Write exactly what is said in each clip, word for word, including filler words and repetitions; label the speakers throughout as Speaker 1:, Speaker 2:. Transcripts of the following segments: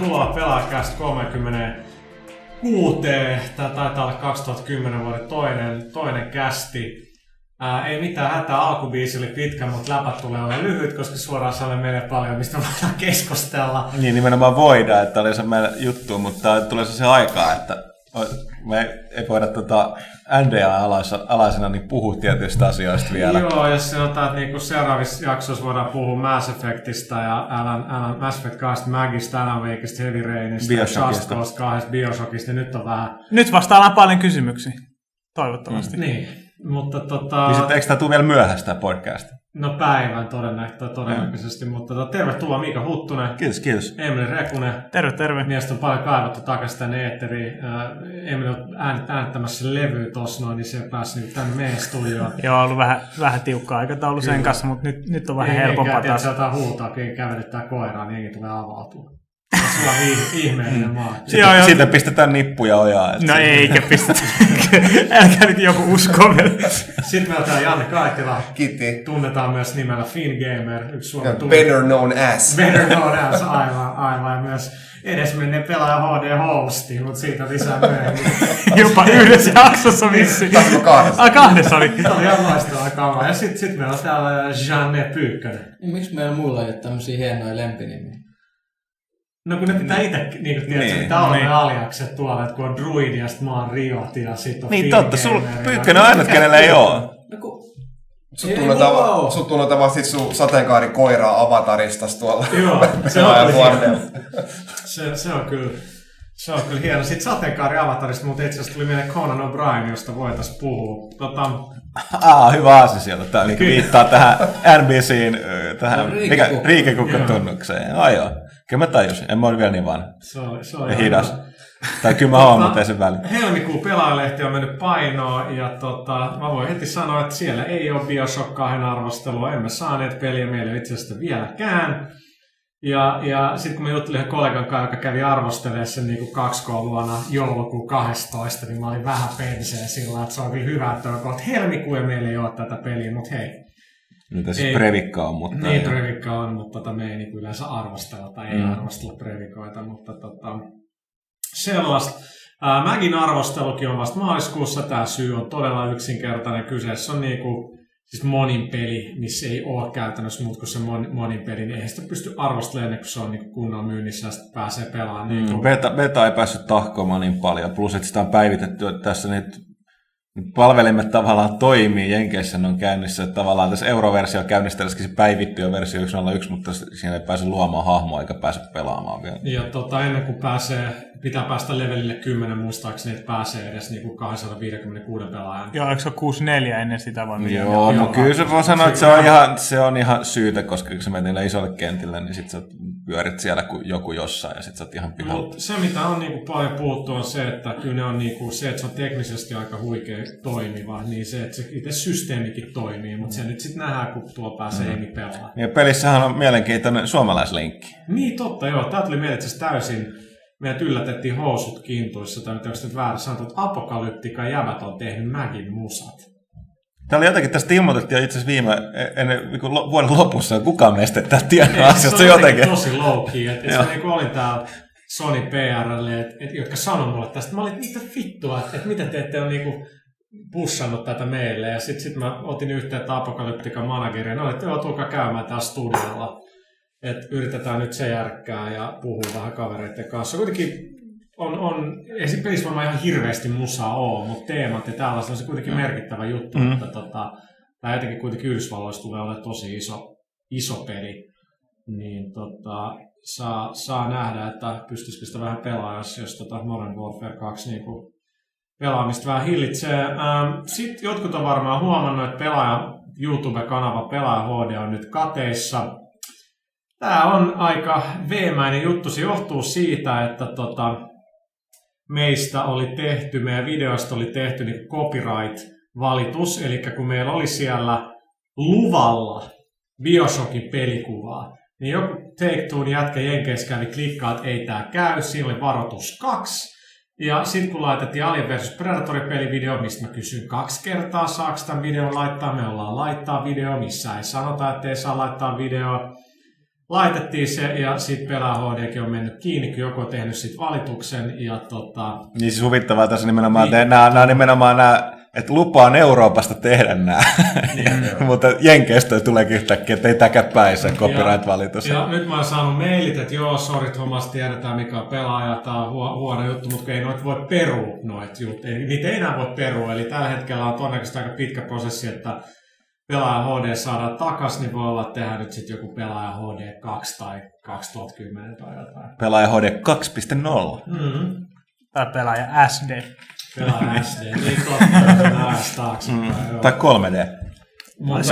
Speaker 1: Tervetuloa Pelaajacast kolmekymmentäkuusi. Tämä taitaa olla kaksituhattakymmenen vuoden toinen, toinen kästi. Ää, ei mitään hätää, alkubiisi oli pitkä, mutta läpät tulee olla lyhyt, koska suoraan saamme meille paljon, mistä voidaan keskustella.
Speaker 2: Niin, nimenomaan voidaan, että oli se meidän juttu, mutta tulee se aikaa, että me ei voida tuota N D A-alaisena niin puhua tietyistä asioista vielä.
Speaker 1: Joo, jos sanotaan, että niinku seuraavissa jaksoissa voidaan puhua Mass Effectista ja Alan, Alan, Mass Effect kahdesta, Magista, Alan Wakeista, Heavy Rainista, Just Cause kahdesta, Bioshockista, niin nyt on vähän...
Speaker 3: Nyt vastaillaan paljon kysymyksiä, toivottavasti.
Speaker 1: Mm. Niin, mutta tota...
Speaker 2: Niin sitten eikö tämä tule vielä myöhäistä podcast?
Speaker 1: No päivän todennäköisesti, todennäköisesti mm. mutta tota, tervetuloa Mika Huttunen.
Speaker 2: Kiitos, kiitos.
Speaker 1: Emeli Rekunen.
Speaker 3: Terve, terve.
Speaker 1: Miestä on paljon kaivattu takaisin tänne eetteriin. Äh, Emeli on äänittämässä levyä tossa noin, niin se pääsi nyt tänne meidän studioon.
Speaker 3: Joo, on ollut vähän, vähän tiukka aikataulu sen kanssa, mutta nyt, nyt on vähän helpompaa taas.
Speaker 1: Ei jotain huutaa, kun kävelyttää koiraa, niin jengi tulee avautua. Se on ihmeellinen maa.
Speaker 2: Sitten, joo, sitten joo. Pistetään nippuja ojaa.
Speaker 3: No se... eikä pistetä. Älkää nyt joku usko vielä.
Speaker 1: Sitten meillä on täällä Janne Kaitila.
Speaker 4: Kiitti.
Speaker 1: Tunnetaan myös nimellä Fingamer. Yksi Suomen
Speaker 4: tunne... Better known as.
Speaker 1: Better known as, aivan. aivan. Myös edesmenneen pelaaja H D-hosti, mutta siitä lisää myöhemmin.
Speaker 3: Jopa yhdessä jaksossa vissiin.
Speaker 4: Taisiko kahdessa?
Speaker 3: Ah, kahdessa oli.
Speaker 1: Tämä oli ihan loistavaa kamaa. Ja sitten sit meillä on täällä Janne Pyykkönen.
Speaker 5: Niin, miksi meillä mulla ei ole tämmöisiä hienoja lempinimiä?
Speaker 1: No kun ne pitää itse niin tiedä, että se pitää olla ne aliakset tuolla, että kun on druidi ja sitten mä oon riot ja sit on
Speaker 2: niin totta, sulla Pyykkönen on ainut, kenellä ei oo.
Speaker 5: No kun...
Speaker 4: Sut tunnetaan sut tunnetaan sit sun sateenkaarikoiraa avataristas tuolla.
Speaker 1: Joo, se on kyllä se, se on kyllä, se on kyllä hieno. Sitten sateenkaari avatarista, mutta itse asiassa tuli mieleen Conan O'Brien, josta voitaisiin puhua. Tota...
Speaker 2: Ah, hyvä asia siellä. Tämä niin viittaa tähän N B C:n, tähän no, riikekukkatunnukseen. Ai joo. Kyllä mä tajusin. En mä ole vielä niin vanha.
Speaker 1: Se oli, se oli
Speaker 2: hidas. Tai kyllä mä oon, mutta ei sen väliin.
Speaker 1: Helmikuun pelaajalehti on mennyt painoon ja tota, mä voin heti sanoa, että siellä ei ole Bioshock kahden arvostelua. Emme saaneet peliä meille itse asiassa vieläkään. Ja, ja sitten kun mä juttelin kollegan kanssa, joka kävi arvostelemaan sen niin kaksi K-luona joulukuun kahdestoista, niin mä olin vähän penseen sillä, että se on kyllä hyvä, että on kohta helmikuun ja meillä ei ole tätä peliä, mutta hei.
Speaker 2: Mitä siis Previkka on, mutta...
Speaker 1: Niin, Previkka on, mutta tota, me ei niin yleensä arvostella tai ei mm. arvostella Previkoita, mutta tota, sellaista. Ää, Magin arvostelukin on vasta maaliskuussa. Tämä syy on todella yksinkertainen. Kyseessä on niinku, siis monin peli, missä ei ole käytännössä muut kuin se mon, monin peli, niin eihän sitä pysty arvostelemaan ennen kuin se on niinku kunnon myynnissä ja sitten pääsee pelaamaan. Niin
Speaker 2: mm, beta, beta ei päässyt tahkoamaan niin paljon, plus että sitä on päivitetty, että tässä nyt palvelimet tavallaan toimii, Jenkeissä ne on käynnissä, että tavallaan tässä euroversio käynnistellisikin se päivittyjä versio yksi nolla yksi, mutta siinä ei pääse luomaan hahmoa eikä pääse pelaamaan vielä.
Speaker 1: Ja tota, ennen kuin pääsee, pitää päästä levelille kymmenen muistaakseni, että pääsee edes niinku kaksisataaviisikymmentäkuusi pelaajan.
Speaker 3: Joo, eikö se ole kuusikymmentäneljä ennen sitä vai?
Speaker 2: Joo, mutta kyllä se voi sanoa, että se on ihan, se on ihan syytä, koska kun sä menet niille isolle kentille, niin sit sä pyörit siellä kuin joku jossain ja sit sä oot ihan pihalla.
Speaker 1: Se mitä on niinku paljon puhuttu on se, että kyllä ne on niinku, se, että se on teknisesti aika huikea toimiva, niin se, että se itse systeemikin toimii, mutta se nyt sitten nähdään, kun tuo pääsee mm. pelaa.
Speaker 2: Ja pelissähän on mielenkiintoinen suomalaislinkki.
Speaker 1: Niin totta, joo. Tää tuli mieleen täysin, meidät yllätettiin housut kintuissa, tai nyt onko nyt väärin sanottu, että Apokalyptika jävät on tehnyt Magin musat.
Speaker 2: Tää oli jotenkin, tästä ilmoitettiin itse asiassa viime, ennen vuoden lopussa, kukaan meistä ei tiedä asiasta
Speaker 1: se
Speaker 2: jotenkin.
Speaker 1: Tosi low-key, että et niin olin täällä Sony P R:lle, et, et, jotka sanoi mulle tästä, mä olin, että mitä vittua, että et mitä te ette ole niinku pussannut tätä meille, ja sitten sit mä otin yhteyttä Apokalyptikan manageriin, ja olin, että joo, tulkaa käymään täällä studiolla, että yritetään nyt se järkkää ja puhua vähän kavereiden kanssa. Kuitenkin on, on ei siinä pelissä varmaan ihan hirveästi musaa ole, mutta teemat ja tällaista on se kuitenkin merkittävä juttu, mm-hmm. mutta tota, tämä jotenkin kuitenkin Yhdysvalloissa tulee olemaan tosi iso, iso peli, niin tota, saa, saa nähdä, että pystyisikö sitä vähän pelaa, jos, jos tota Modern Warfare kaksi niin kuin pelaamista vähän hillitsee. Sitten jotkut on varmaan huomannut, että pelaaja, YouTube-kanava Pelaaja H D on nyt kateissa. Tämä on aika veemäinen juttu. Se johtuu siitä, että tota, meistä oli tehty, meidän videosta oli tehty niin copyright-valitus. Eli kun meillä oli siellä luvalla Bioshockin pelikuvaa, niin joku Take-Two'n jätkä Jenkeissä kävi klikkaa, että ei tää käy. Siinä oli varoitus kaksi. Ja sitten kun laitettiin Alien versus. Predator-pelivideo, mistä mä kysyin kaksi kertaa, saako tämän videon laittaa, me ollaan laittaa video, missä ei sanota, että ei saa laittaa videoa. laitettiin se ja sitten pelaa H D:kin on mennyt kiinni, kun joku on tehnyt sit valituksen. Ja tota...
Speaker 2: Niin siis huvittavaa tässä nimenomaan, niin. nämä, nämä nimenomaan nämä, että lupaan Euroopasta tehdä nämä, niin, mutta Jenkeistä tuleekin yhtäkkiä, että ei täkään päin se copyright-valitus.
Speaker 1: Ja, ja nyt mä oon saanut mailit, että joo, sorit hommasta tiedetään mikä on pelaaja, tää on huo, huono juttu, mutta ei noit voi perua noit juttuja. Niitä ei enää voi perua, eli tällä hetkellä on todennäköisesti aika pitkä prosessi, että pelaaja H D saadaan takas, niin voi olla, että tehdään nyt sitten joku pelaaja H D kaksi tai kaksituhattakymmenen tai jotain.
Speaker 2: Pelaaja H D kaksi piste nolla.
Speaker 1: Mm-hmm.
Speaker 3: Tai pelaaja S D.
Speaker 1: Pelaaja S D, niin totta, S taaksepäin.
Speaker 2: Mm. Tai kolme D.
Speaker 1: Mutta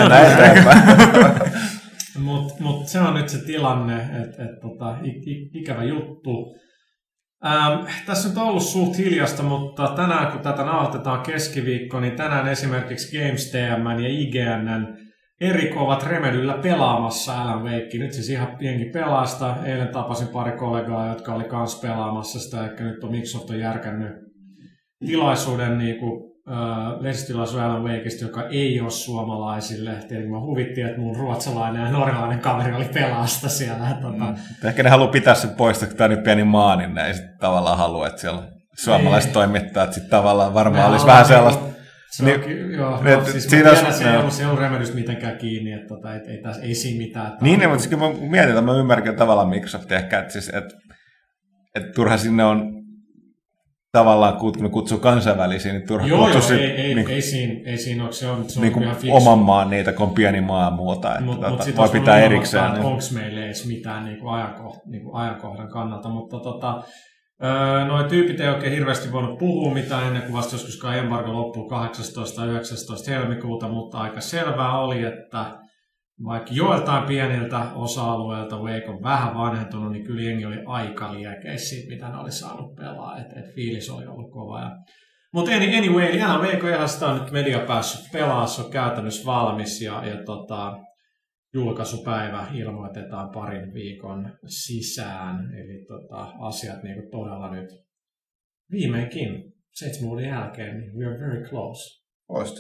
Speaker 1: mut, mut se on nyt se tilanne, että et, tota, ikävä juttu. Ähm, tässä on ollut suht hiljasta, mutta tänään kun tätä nauhoitetaan keskiviikko, niin tänään esimerkiksi Games T M ja I G N Erik ovat Remedyllä pelaamassa Alan Wake. Nyt siis ihan pienkin pelaa sitä. Eilen tapasin pari kollegaa, jotka oli kans pelaamassa sitä. Ehkä nyt on Microsoft on järkännyt tilaisuuden niin kuin lehdistötilaisuuden Alan Wakeista, joka ei ole suomalaisille. Tietenkin mä huvittiin, että mun ruotsalainen ja norjalainen kaveri oli pelasta siellä. Tota...
Speaker 2: Mm. Ehkä ne haluaa pitää sen pois, kun tämä on nyt pieni maa, niin ne ei sitten tavallaan halua, että siellä suomalaiset ei. toimittajat sitten tavallaan varmaan olisi vähän sellaista.
Speaker 1: Se niin, onkin, joo, ne, no, siis siinä tiedän, se ei ollut, ollut Remedystä mitenkään kiinni, että tota, et, ei, tässä, ei siinä mitään.
Speaker 2: Niin, niin, mutta mä mietin, että mä ymmärrän tavallaan Microsoft ehkä, että, siis, että, että turha sinne on tavallaan, kun ne kutsuu kansainvälisiin, niin turha
Speaker 1: joo,
Speaker 2: kutsuu...
Speaker 1: Joo, ei, ei, niin, ei, siinä, ei siinä ole, se on, se on
Speaker 2: niin
Speaker 1: ihan fiksu.
Speaker 2: Oman maan niitä, kun on pieni maa ja muuta, että
Speaker 1: mut,
Speaker 2: tota,
Speaker 1: mut
Speaker 2: voi pitää erikseen.
Speaker 1: Niin. Onko meillä edes mitään niin kuin ajankoh, niin kuin ajankohdan kannalta, mutta tota... Öö, noi tyypit ei oikein hirveästi voinut puhua mitään ennen kuin vasta joskus embargo loppuu kahdeksastoista yhdeksästoista helmikuuta, mutta aika selvää oli, että vaikka joiltain pieniltä osa-alueilta Wake on vähän vanhentunut, niin kyllä jengi oli aika liekeissä siitä, mitä ne oli saanut pelaa, että et fiilis oli ollut kova. Ja... Mutta anyway, Alan Wake sitä on nyt media päässyt pelaa, se on käytännössä valmis ja, ja tota... julkaisupäivä ilmoitetaan parin viikon sisään, eli tota, asiat niin kuin todella nyt viimeinkin seitsemän vuoden jälkeen, niin we are very close.
Speaker 4: Oistu.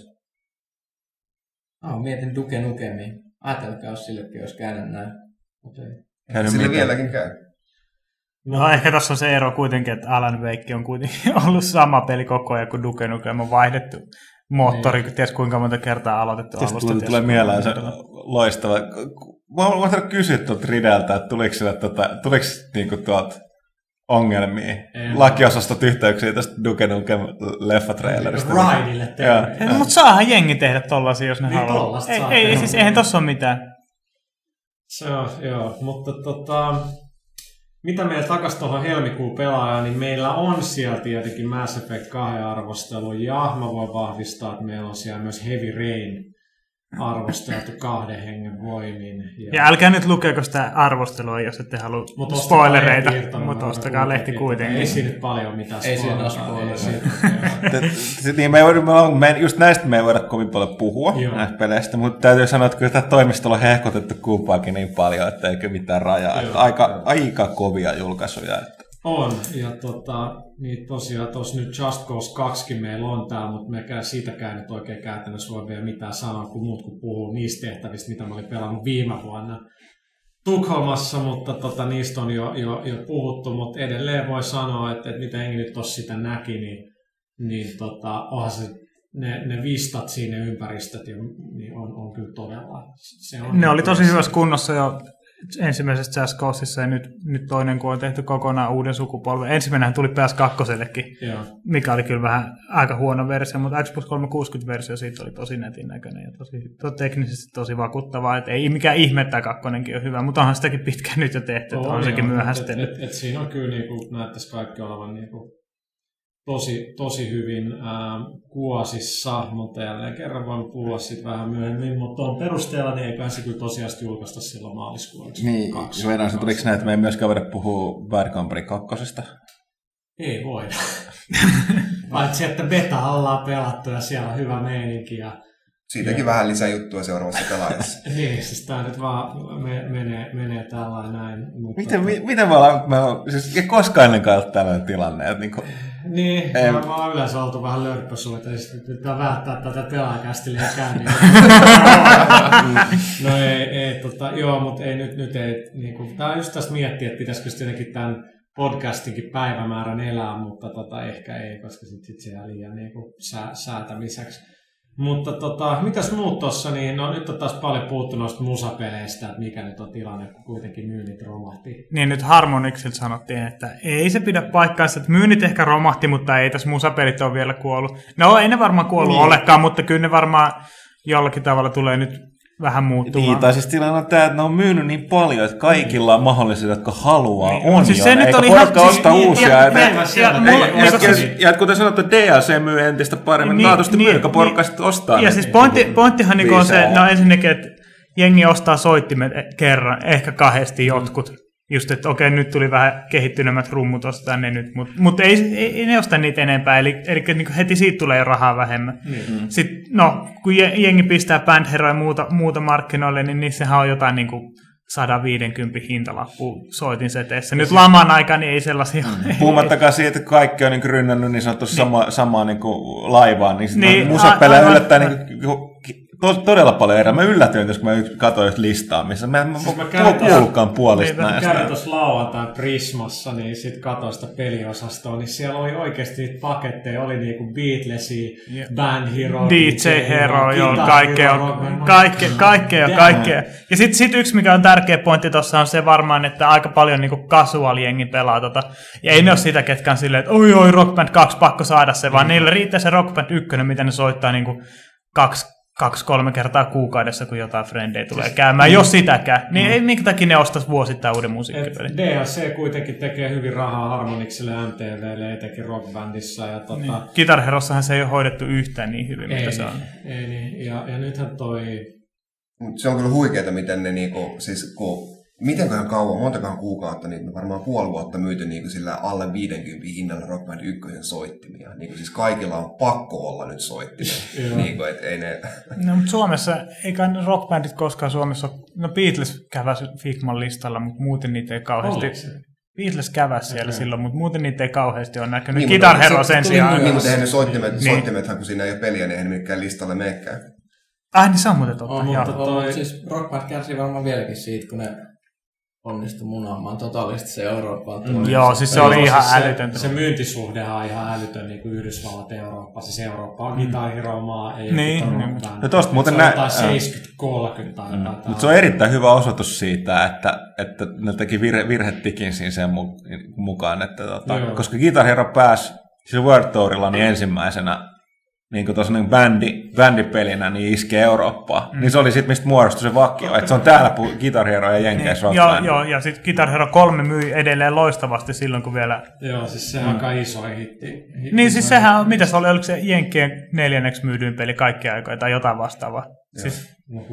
Speaker 5: Ah, mietin Duke Nukemiin. Ajatelkaa, jos sillekin olisi käynyt näin. Okay.
Speaker 4: Sille vieläkin käy.
Speaker 3: No ehkä tässä on se ero kuitenkin, että Alan Wake on kuitenkin ollut sama peli koko ajan, kun Duke Nukem on vaihdettu. Moottori, niin. Ties kuinka monta kertaa aloitettu
Speaker 2: Tästä
Speaker 3: alusta.
Speaker 2: Tulee, tulee mieleen se loistava. Mä oon voinut kysyä tuolta Rideltä, että tuliko sille tuota, tuliko niinku tuolta ongelmia, lakiosastot yhteyksiä tästä Duke Nukem leffatrailerista.
Speaker 1: Raidille tehdä.
Speaker 3: Mutta saahan jengi tehdä tollasia, jos ne
Speaker 1: niin
Speaker 3: haluaa. Ei, ei, ei siis eihän tossa ole mitään.
Speaker 1: Se on, joo, mutta tota... Mitä meillä takas tuohon helmikuun pelaajaan, niin meillä on siellä tietenkin Mass Effect kaksi arvostelu, ja mä voin vahvistaa, että meillä on siellä myös Heavy Rain arvosteltu kahden hengen voimin. Ja,
Speaker 3: ja älkää nyt lukeeko sitä arvostelua, jos ette halua mut spoilereita, mutta ostakaa lehti kuitenkin.
Speaker 1: Ei siinä nyt paljon mitään
Speaker 5: ei siinä ole spoilereita.
Speaker 2: Just näistä me ei voida kovin paljon puhua Joo. näistä peleistä, mutta täytyy sanoa, että kyllä tämä toimistolla on hehkotettu kumpaakin niin paljon, että ei mitään rajaa. Että aika, aika kovia julkaisuja. Että.
Speaker 1: On, ja tota, niin tosiaan tuossa nyt Just Cause kaksi meillä on täällä, mutta mekään siitäkään nyt oikein käytännössä voi vielä mitään sanoa, kun muut kun puhuu niistä tehtävistä, mitä mä olin pelannut viime vuonna Tukholmassa, mutta tota, niistä on jo, jo, jo puhuttu, mutta edelleen voi sanoa, että, että mitä hengi nyt tuossa sitä näki, niin, niin tota, onhan se, ne, ne vistat siinä ympäristöt niin on, on kyllä todella. Se on
Speaker 3: ne oli tosi hyvässä kunnossa jo ensimmäisessä Just Causeissa ja nyt, nyt toinen, kun on tehty kokonaan uuden sukupolven. Ensimmäinenhän tuli P S kakkosellekin, mikä oli kyllä vähän aika huono versio, mutta Xbox kolmesataakuusikymmentä-versio siitä oli tosi netin näköinen ja tosi, to, teknisesti tosi vakuuttavaa. Et ei mikään ihme, että kakkonenkin on hyvä, mutta onhan sitäkin pitkään nyt jo tehty, että on, on sekin myöhästynyt.
Speaker 1: Et, et, et siinä on kyllä, niin kuin, näyttäisi kaikki olevan niin kuin tosi, tosi hyvin ää, kuosissa, mutta jälleen kerran voin puhua siitä vähän myöhemmin, mutta tuon perusteella niin ei pääsi kyllä tosiaan julkaista silloin maaliskuulla.
Speaker 2: Niin, voidaan se tuliko näin, että me ei myöskään voida puhua Bad Company kakkosesta?
Speaker 1: Ei voida. Paitsi, että beta ollaan pelattu ja siellä on hyvä meininki. Ja,
Speaker 4: siitäkin ja... vähän lisää juttua seuraavassa pelaajassa.
Speaker 1: Niin, siis tää nyt vaan me, menee, menee tällainen näin. Mutta
Speaker 2: miten, mi, miten me ollaan, me ollaan siis, ja koskaan ennenkaan ollut tällainen tilanne, että niinku
Speaker 1: Niin, ei. Mä, mä oon yleensä oltu vähän lörppösuita, ja sitten pitää välttää tätä pelaakästille ja käynniä. No ei, ei tota, joo, mutta ei nyt, nyt ei, niinku, tää on just tästä miettiä, että pitäisikö sitten jotenkin tämän podcastinkin päivämäärän elää, mutta tota, ehkä ei, koska sitten sit se jää liian niinku, sää, säätämiseksi. Mutta tota, mitäs muut tossa, niin no nyt on taas paljon puhuttu noista musapeleistä, että mikä nyt on tilanne, kun kuitenkin myynnit romahti.
Speaker 3: Niin nyt Harmonixilta sanottiin, että ei se pidä paikkaansa, että myynnit ehkä romahti, mutta ei tässä musapelit ole vielä kuollut. No ei ne varmaan kuollut niin. olekaan, mutta kyllä ne varmaan jollakin tavalla tulee nyt vähän muuttumaan.
Speaker 2: Niin, tai siis tilanne on tämä, että ne on myynyt niin paljon, että kaikilla on mahdollisuus, jotka haluaa, niin. on
Speaker 3: siis
Speaker 2: jo.
Speaker 3: Se
Speaker 2: eikä porukka siis, ostaa niin, uusia. Ja, ja, ja, ja, ja, ja kuten sanottu, D L C myy entistä paremmin, niin, taatusti niin, myy, joka porukka niin, sitten ostaa.
Speaker 3: Ja siis pointti, pointtihan niin on se, no ensinnäkin, että jengi ostaa soittimet kerran, ehkä kahdesti jotkut. Mm. Just, että okei, nyt tuli vähän kehittyneemmät rummut ostaa ne nyt, mutta mut ei, ei, ei ne osta niitä enempää, eli, eli niin heti siitä tulee jo rahaa vähemmän. Mm-hmm. Sitten, no, kun jengi pistää Band Hero ja muuta, muuta markkinoille, niin niissähän on jotain niin kuin sata viisikymmentä hintalappua soitin seteissä. Nyt laman aikaan niin ei sellaisia ole.
Speaker 2: Puhumattakaan siitä, että kaikki on niin rynnännyt niin sanotusti niin. sama, samaa niin laivaan, niin, niin musapelejä yllättää niin To- todella paljon erää. Mä yllätyin, kun mä katsoin listaa, missä mä en siis kuullutkaan puolista
Speaker 1: näistä. Mä kävin tuossa lauantain Prismassa, niin sit katsoin sitä peliosastoa, niin siellä oli oikeasti niitä paketteja, oli niinku Beatlesia, yeah. Band Hero,
Speaker 3: D J Hero, joo, kaikkea, kaikkea, kaikkea, kaikkea. Ja sit, sit yksi, mikä on tärkeä pointti tuossa on se varmaan, että aika paljon niinku casual-jengi pelaa tota. Ja ei ne ole sitä ketkään silleen, että oi oi, Rock Band kaksi, pakko saada se, vaan mm. niille riittää se Rock Band yksi, mitä ne soittaa niinku kaksi kaksi, kolme kertaa kuukaudessa, kun jotain frendejä tulee siis, käymään, niin, jos sitäkään, niin mm. ei minkä takia ne ostaisi vuosittain uuden musiikkipelin.
Speaker 1: D L C kuitenkin tekee hyvin rahaa Harmonixille ja M T V:lle, etenkin Rockbandissa. Ja tota...
Speaker 3: niin. Guitar Herossahan se ei ole hoidettu yhtään niin hyvin, ei, mitä se on.
Speaker 1: Ei niin, ja, ja nythän toi...
Speaker 4: Se on kyllä huikeeta, miten ne niinku, siis kun... Mitenköhän kauan, montakaan kuukautta, niin varmaan puoli vuotta myyty niin sillä alle viisikymmentä hinnalla Rock Band ykkösen soittimia. Niin siis kaikilla on pakko olla nyt soittimia. niin kuin, et ei ne...
Speaker 3: No, mutta Suomessa, eikä Rock Bandit koskaan Suomessa ole... No Beatles käväsi Figman listalla, mutta muuten niitä ei kauheasti... Beatles käväsi siellä okay. silloin, mutta muuten niitä ei kauheasti ole näkynyt. Niin, Guitar Hero se, sen sijaan...
Speaker 4: Niin, mutta eihän ne soittimet, niin. soittimethan, kun siinä ei ole peliä, niin eihän ne mikään listalle meekään.
Speaker 3: Ah, niin se on muuten totta.
Speaker 5: On, mutta toi... siis Rock Band kärsii varmaan vieläkin siitä, kun ne... onnistui munaamaan totaalisesti se Eurooppaan.
Speaker 3: Mm. Joo, siis se oli ihan
Speaker 1: siis
Speaker 3: älytöntä.
Speaker 1: Se, se myyntissuhdehan on ihan älytön, niin kuin Yhdysvallat Eurooppa. Siis Eurooppa on mm. Guitar Hero maa, ei
Speaker 3: niin.
Speaker 1: Rockband.
Speaker 2: No tosta muuten
Speaker 1: se on jotain seitsemänkymmentä kolmekymmentä tai jotain.
Speaker 2: Mutta se on erittäin hyvä osoitus siitä, että, että ne teki virhe, virhetikin siinä sen mukaan. Että, tota, koska Guitar Hero pääsi siis World Tourilla niin ensimmäisenä niin kuin tuossa niin bändi, bändipelinä niin iskee Eurooppaan. Mm. Niin se oli sitten, mistä muodostui se vakio. Että se on täällä Guitar Hero ja Jenkeissä
Speaker 3: niin. Joo, joo, ja sitten Guitar Hero kolme myi edelleen loistavasti silloin, kun vielä...
Speaker 1: Joo, siis sehän on mm. aika iso hitti. hitti
Speaker 3: niin, siis sehän on, mitä se oli, oliko se Jenkkien neljänneksi myydyin peli kaikkia aikoja tai jotain vastaavaa? Siis...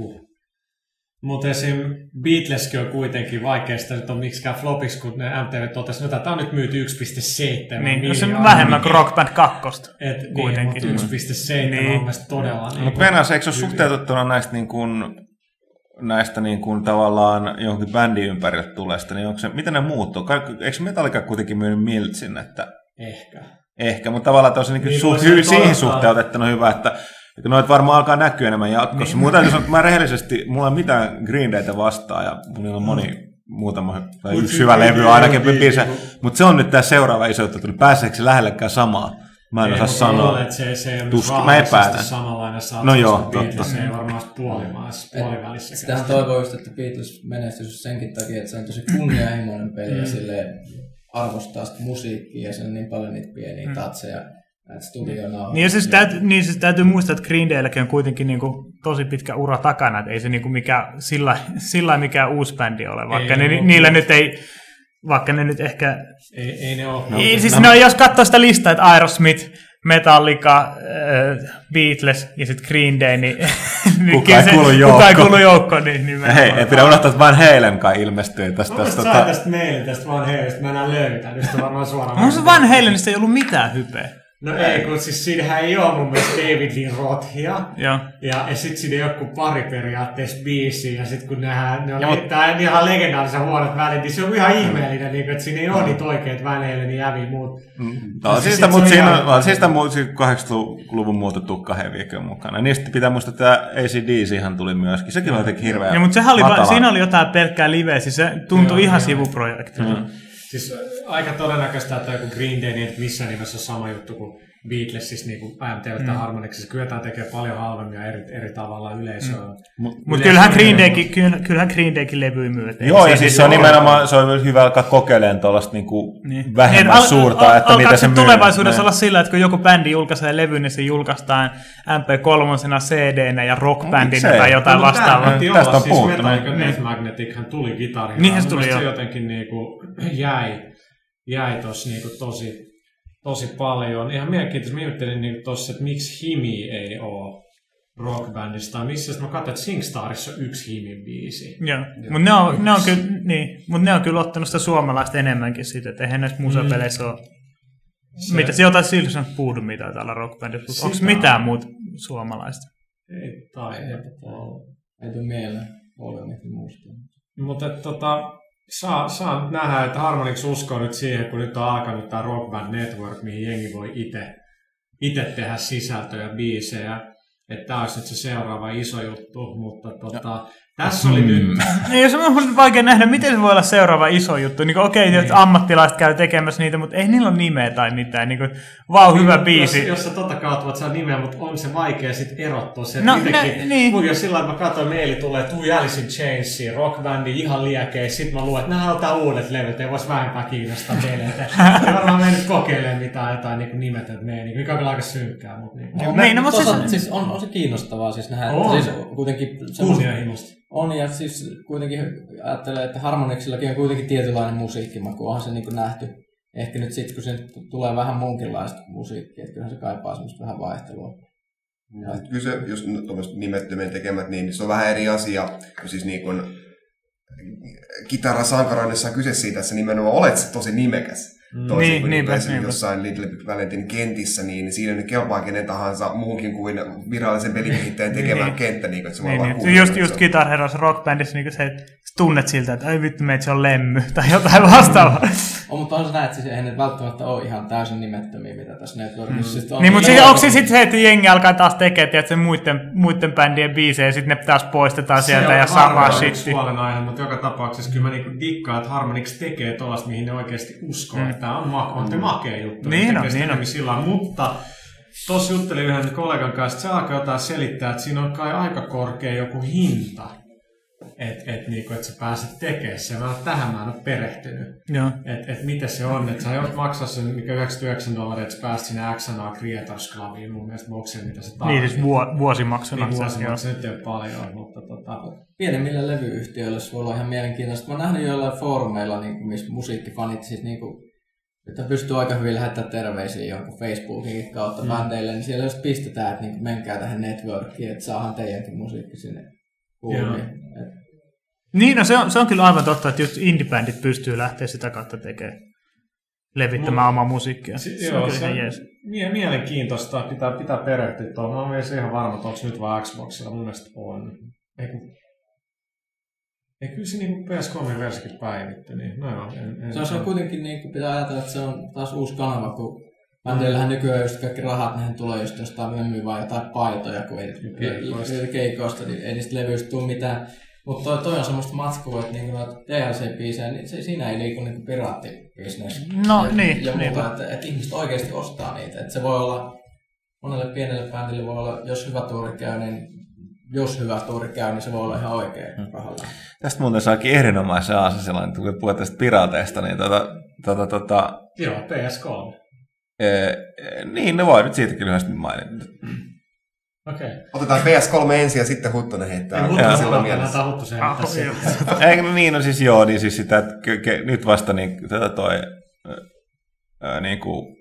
Speaker 1: Mutta esim. Beatleskin on kuitenkin vaikeasta, että on miksikään flopiksi, kun ne M T V totesi, että tämä on nyt myyty yksi pilkku seitsemän
Speaker 3: niin, miljoonaa. Se on vähemmän kuin Rock Band kaksi.
Speaker 1: Et, kuitenkin. Niin, mutta yksi pilkku seitsemän niin. on mielestäni todella... Niin
Speaker 2: mutta Venäjässä, eikö se ole suhteutettuna näistä, niin kuin, näistä niin kuin, tavallaan johonkin bändin ympärille tulesta, niin onko se, miten ne muuttuu? Eikö Metallica kuitenkin myynyt Miltsin? Että...
Speaker 1: Ehkä.
Speaker 2: Ehkä, mutta tavallaan tosi niin niin suht, hy, siihen suhteutettuna hyvä, että noit varmaan alkaa näkyä enemmän jatkossa. Niin. Mutta täytyy sanoa, että mä rehellisesti, mulla ei mitään Green Dayta vastaan ja mulla on moni muutama, tai yksi hyvä levy ainakin biise. Mutta se on nyt tämä seuraava iso juttu, että pääseekö se lähellekään samaa? Mä en ei, osaa sanoa.
Speaker 1: Luulen, se, se
Speaker 2: Tuski, mä epäilen.
Speaker 1: Samanlainen satsaus.
Speaker 2: No joo, totta.
Speaker 1: Se ei varmaan puolivälissä.
Speaker 5: Sitähän toivoo just, että Beatles menestyisi senkin takia, että se on tosi kunnianhimoinen peli ja silleen arvostaa sitä musiikkia ja sen on niin paljon niitä pieniä mm. tatseja.
Speaker 3: Niin, siis täytyy, niin siis täytyy muistaa, että Green Daylläkin on kuitenkin niinku tosi pitkä ura takana, että ei se niinku mikä, sillä, sillä mikään uusi bändi ole, vaikka ei, ne, niillä nyt ei, vaikka ne nyt ehkä...
Speaker 1: Ei, ei ne ole.
Speaker 3: Ei, siis no, jos katsoo sitä listaa, että Aerosmith, Metallica, äh, Beatles ja sitten Green Day, niin...
Speaker 2: Kuka ei kuulu joukkoon.
Speaker 3: Kuka ei kuulu joukkoon, niin nimenomaan.
Speaker 2: Hei, ei pidä unohtaa, että Van Halen kai ilmestyy tästä.
Speaker 1: Mä tästä, tota... tästä meille tästä Van Halenista, mä enää löytän, nyt on varmaan suoraan.
Speaker 3: Mun se Van Halenista ei ollut mitään hypeä.
Speaker 1: No ei, kun siis siinähän ei ole mun mielestä David Lee Rothia.
Speaker 3: Joo.
Speaker 1: Ja, ja sit siinä ei ole kuin pari periaatteessa biisiä. Ja sit kun nehän, ne on ja, tää ihan legendaarisen huonot välit, niin se on ihan ihmeellinen, niin, että siinä ei ole niitä oikeat väleillä, niin jävi muut.
Speaker 2: Mm. No siis sitä, mutta siinä on siis kahdeksankymmentäluvun muuta tukkahen viikon mukana. Niistä pitää muistaa, että A C D C ihan tuli myöskin. Sekin oli jotenkin hirveä.
Speaker 3: Ja, mutta sehän oli va- siinä oli jotain pelkkää liveä, siis se tuntui joo, ihan joo. sivuprojektilta.
Speaker 1: Mm. Siis aika todennäköistä, että joku Green Day, niin missä nimessä on sama juttu kuin Beatles, siis niin kuin A M T L tai mm. Harmonixissa, kyetään tekemään paljon halvemmin ja eri, eri tavalla yleisöä. Mm.
Speaker 3: Mutta mut kyllähän Green Daykin, kyllähän Green Daykin levy myy.
Speaker 2: Joo, ja siis se on nimenomaan, se on hyvä alkaa kokeilemaan tuollaista niinku niin. vähemmän niin, suurta, al- al- että mitä se myy.
Speaker 3: Tulevaisuudessa olla sillä, että kun joku bändi julkaisee levy, niin se julkaistaan M P kolme C D-nä ja rockbändinä no, tai jotain no, vastaavaa.
Speaker 2: Tästä on puhuttu.
Speaker 1: Siis Metallica Magnetichän tuli kitariin.
Speaker 3: Niin se tuli jo.
Speaker 1: Se jotenkin niinku jäi, jäi tossa niinku tosi... tosi paljon. Ihan mielenkiintoista. Mä ajattelin niin tuossa, että miksi Himi ei ole rockbändistä. Missä mä katsoin, että Singstarissa on yksi Himin biisi.
Speaker 3: Joo, mutta ne on, ne, on kyllä, niin, mut ne on kyllä ottanut sitä suomalaista enemmänkin siitä, että eihän näissä musapeleissä ole. Se... Mitä se jotain Silson Puudu mitään täällä rockbändissä? Onko mitään muuta suomalaista?
Speaker 1: Ei taida olla.
Speaker 5: Ei tule mieleen paljon mitään muusta.
Speaker 1: Mutta tota... Saa, saa nyt nähdä, että Harmonix uskoo nyt siihen, kun nyt on alkanut tämä Rock Band Network, mihin jengi voi itse tehdä sisältöjä, biisejä. Että tämä olisi nyt se seuraava iso juttu, mutta tota, tässä oli nyt...
Speaker 3: Ei, jos on vaikea nähdä, miten se voi olla seuraava iso juttu. Niin okei, okay, että ammattilaiset käy tekemässä niitä, mutta ei niillä ole nimeä tai mitään. Niin kuin, vau, hyvä
Speaker 1: niin,
Speaker 3: biisi.
Speaker 1: Jos, jos sä tota kautta voit saada nimeä, mutta on se vaikea sitten erottua. Se,
Speaker 3: no,
Speaker 1: mitenkin,
Speaker 3: ne, niin.
Speaker 1: Mun jo sillä lailla, että mä katsoin, meili tulee Two Alice in Chainsia, rockbändi, ihan liekeä. Sitten mä luulen, että nämä on tää uudet levyt, ei vois vähempää kiinnostaa meille. Ei varmaan mennyt kokeilemaan mitään jotain niin nimetöntä meidän, mikä on kyllä aika synkkää. Mutta niin.
Speaker 5: No, niin, no, mutta se, siis on, on se kiinnostavaa siis nähdä, että siis kuitenkin...
Speaker 1: Kunnianhimoista.
Speaker 5: On, ja siis kuitenkin ajattelee, että Harmonixillakin on kuitenkin tietynlainen musiikkimaku, onhan se niin kuin nähty. Ehkä nyt sitten, kun se tulee vähän muunkinlaista musiikkia, että kyllähän se kaipaa semmoista vähän vaihtelua.
Speaker 4: Ja kyllä se, jos tuommoiset nimettömien tekemät, niin se on vähän eri asia, kun siis niin kuin kitarasankaroinnissa on kyse siitä, että sä nimenomaan olet tosi nimekäs. Toisin
Speaker 3: niin,
Speaker 4: kuin
Speaker 3: niinpä,
Speaker 4: niin
Speaker 3: niinpä.
Speaker 4: jossain Little Big Valentin kentissä, niin siinä nyt kelpaa kenen tahansa muunkin kuin virallisen pelikehittäjän tekemään
Speaker 3: niin,
Speaker 4: kenttä. Niin, että se
Speaker 3: niin,
Speaker 4: vaan
Speaker 3: niin. Just, just Guitar Heroes rockbändissä niin se, että tunnet siltä, että ei vittu meitä se on lemmy tai jotain vastaavaa.
Speaker 5: On, mutta on se näin, että siis eihän ne välttämättä ole ihan täysin nimettömiä, mitä tässä networkissa.
Speaker 3: Mm. Siis niin, mutta siis, onko se sitten se, että jengi alkaa taas tekemään että muiden, muiden bändien biisejä ja sitten ne taas poistetaan
Speaker 1: se
Speaker 3: sieltä ja samaa shitti.
Speaker 1: Se on huolenaihe, mutta joka tapauksessa kyllä mä niinku dikkaan, että Harmonix tekee tuollaista, mihin ne oikeasti uskoo, mm. että tämä on, ma- on te makea juttu.
Speaker 3: Niin on, niin on.
Speaker 1: Sillä, mutta tuossa juttelin yhden kollegan kanssa, että se alkaa jotain selittää, että siinä on kai aika korkea joku hinta. Että et, niinku, et sä pääset tekemään sen. Mä tähän mä en ole perehtynyt. Että et, miten se on. Että sä joudut maksaa sen mikä yhdeksänkymmentäyhdeksän dollaria, että sä pääset sinne X N A Creators Clubiin mun mielestä bokseen, mitä se tarvitsee.
Speaker 3: Niin siis vuo, vuosimaksuna.
Speaker 1: Niin vuosimaksuna, nyt ei ole paljon, mutta tota...
Speaker 5: Pienemmillä levyyhtiöillä se voi olla ihan mielenkiintoista. Mä oon nähnyt joillain foorumeilla, niin, missä musiikkifanit siis niinku, että pystyy aika hyvin lähettämään terveisiä jonkun Facebookin kautta mm. bändeille, niin siellä just pistetään, että niin menkää tähän networkiin, että saahan teidänkin musiikki sinne kuuluviin.
Speaker 3: Niin, no se on, se on kyllä aivan totta, että just indie-bändit pystyy lähteä sitä kautta tekemään, levittämään omaa musiikkia. Se, se
Speaker 1: joo,
Speaker 3: on
Speaker 1: se
Speaker 3: jees.
Speaker 1: Mie- mielenkiintoista, pitää, pitää perehtyä tuohon. Mä oon myös ihan varma, että onko nyt vaan Xboxilla, mun mielestä on. Eiku, ei kyllä se niin P S kolme-versikin päivitty, niin no joo. En, en,
Speaker 5: se on, se on kuitenkin, niin kuin pitää ajatella, että se on taas uusi kanava, kun bändeillähän nykyään just kaikki rahat, nehän tulee just jostain myymyä vai jotain paitoja, kun ei keikoista, keikoista niin ei niistä levyistä tule mitään. Mutta toi, toi on semmoista matskua, että niinku noita D L C-biisejä, niin se, siinä ei liiku niinku piraattibisnes.
Speaker 3: No
Speaker 5: ja,
Speaker 3: niin.
Speaker 5: Ja muuta, että, että ihmiset oikeasti ostaa niitä. Että se voi olla, monelle pienelle bändille voi olla, jos hyvä tuuri käy, niin jos hyvä tuuri käy, niin se voi olla ihan oikein hmm. rahalla.
Speaker 2: Tästä muuten saakin erinomaisen aasin sellainen, kun puhuit tästä piraateista, niin tota... tota, tota
Speaker 1: joo, P S kolme.
Speaker 2: Ee, niin, no voi nyt siitäkin lyhyesti mainita.
Speaker 1: Okay.
Speaker 4: Otetaan P S kolme ensin ja sitten Huttunen heittää.
Speaker 1: Huttunen silloin mielessä. Huttusen
Speaker 2: Eikö niin, no siis joo, niin siis sitä, että ke, ke, nyt vasta niin, tätä toi ää, niin kuin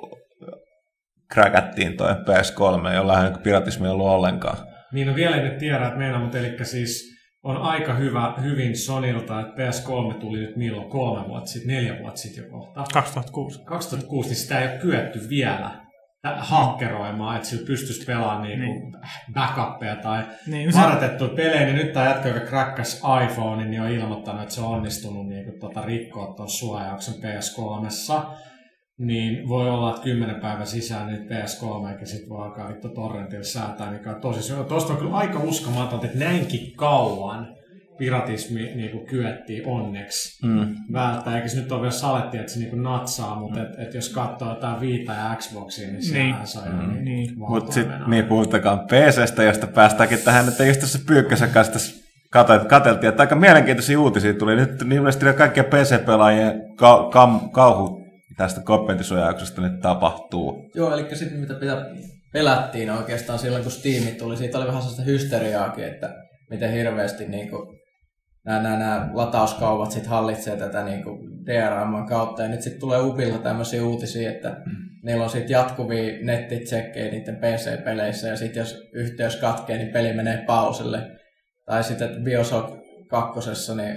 Speaker 2: kräkättiin toi P S kolme, jollain niin piratismi ei ollut ollenkaan.
Speaker 1: Niin, no vielä ei nyt tiedä, että meillä, mutta eli siis on aika hyvä, hyvin Sonylta, että P S kolme tuli nyt milloin kolme vuotta sitten, neljä vuotta sitten jo kohta.
Speaker 3: kaksituhattakuusi.
Speaker 1: kaksituhattakuusi, niin sitä ei ole kyetty vielä hakkeroimaan, että sillä pystyisi pelaamaan niinku niin. backuppeja tai
Speaker 3: niin,
Speaker 1: vartettuja pelejä, niin nyt tämä jätkä, joka crackas iPhone, niin on ilmoittanut, että se on onnistunut niinku tota, rikkoa tuon suojauksen P S kolmessa. Niin voi olla, että kymmenen päivän sisään niin P S kolme, eikä sitten voi alkaa vittu torrentilla säätää, mikä on tosi syö. Tuosta on kyllä aika uskomaton, että näinkin kauan piratismi niin kyettiin onneksi mm. välttää. Eikä se nyt ole vielä saletti, että se niin natsaa, mutta et, et jos katsoo jotain Vita ja Xboxia, niin sehän saa jo niin, niin
Speaker 2: mutta sitten niin puhuttakaan P C:stä, josta päästäänkin tähän, että just tässä Pyykkösen kanssa tässä katseltiin, että aika mielenkiintoisia uutisia tuli. Nyt ilmeisesti kaikkia P C-pelaajien ka- kam- kauhu tästä kommenttisuojauksesta nyt tapahtuu.
Speaker 5: Joo, eli sitten mitä pitää pelättiin oikeastaan silloin, kun Steam tuli, siitä oli vähän sellaista hysteriaakin, että miten hirveästi niin kuin, nämä, nämä, nämä latauskaupat sit hallitsee tätä niin kuin D R M:n kautta. Ja nyt sitten tulee Ubilta tämmöisiä uutisia, että mm. niillä on sitten jatkuvia nettitsekkejä niiden P C-peleissä, ja sitten jos yhteys katkee, niin peli menee pauselle. Tai sitten Bioshock kakkosessa, niin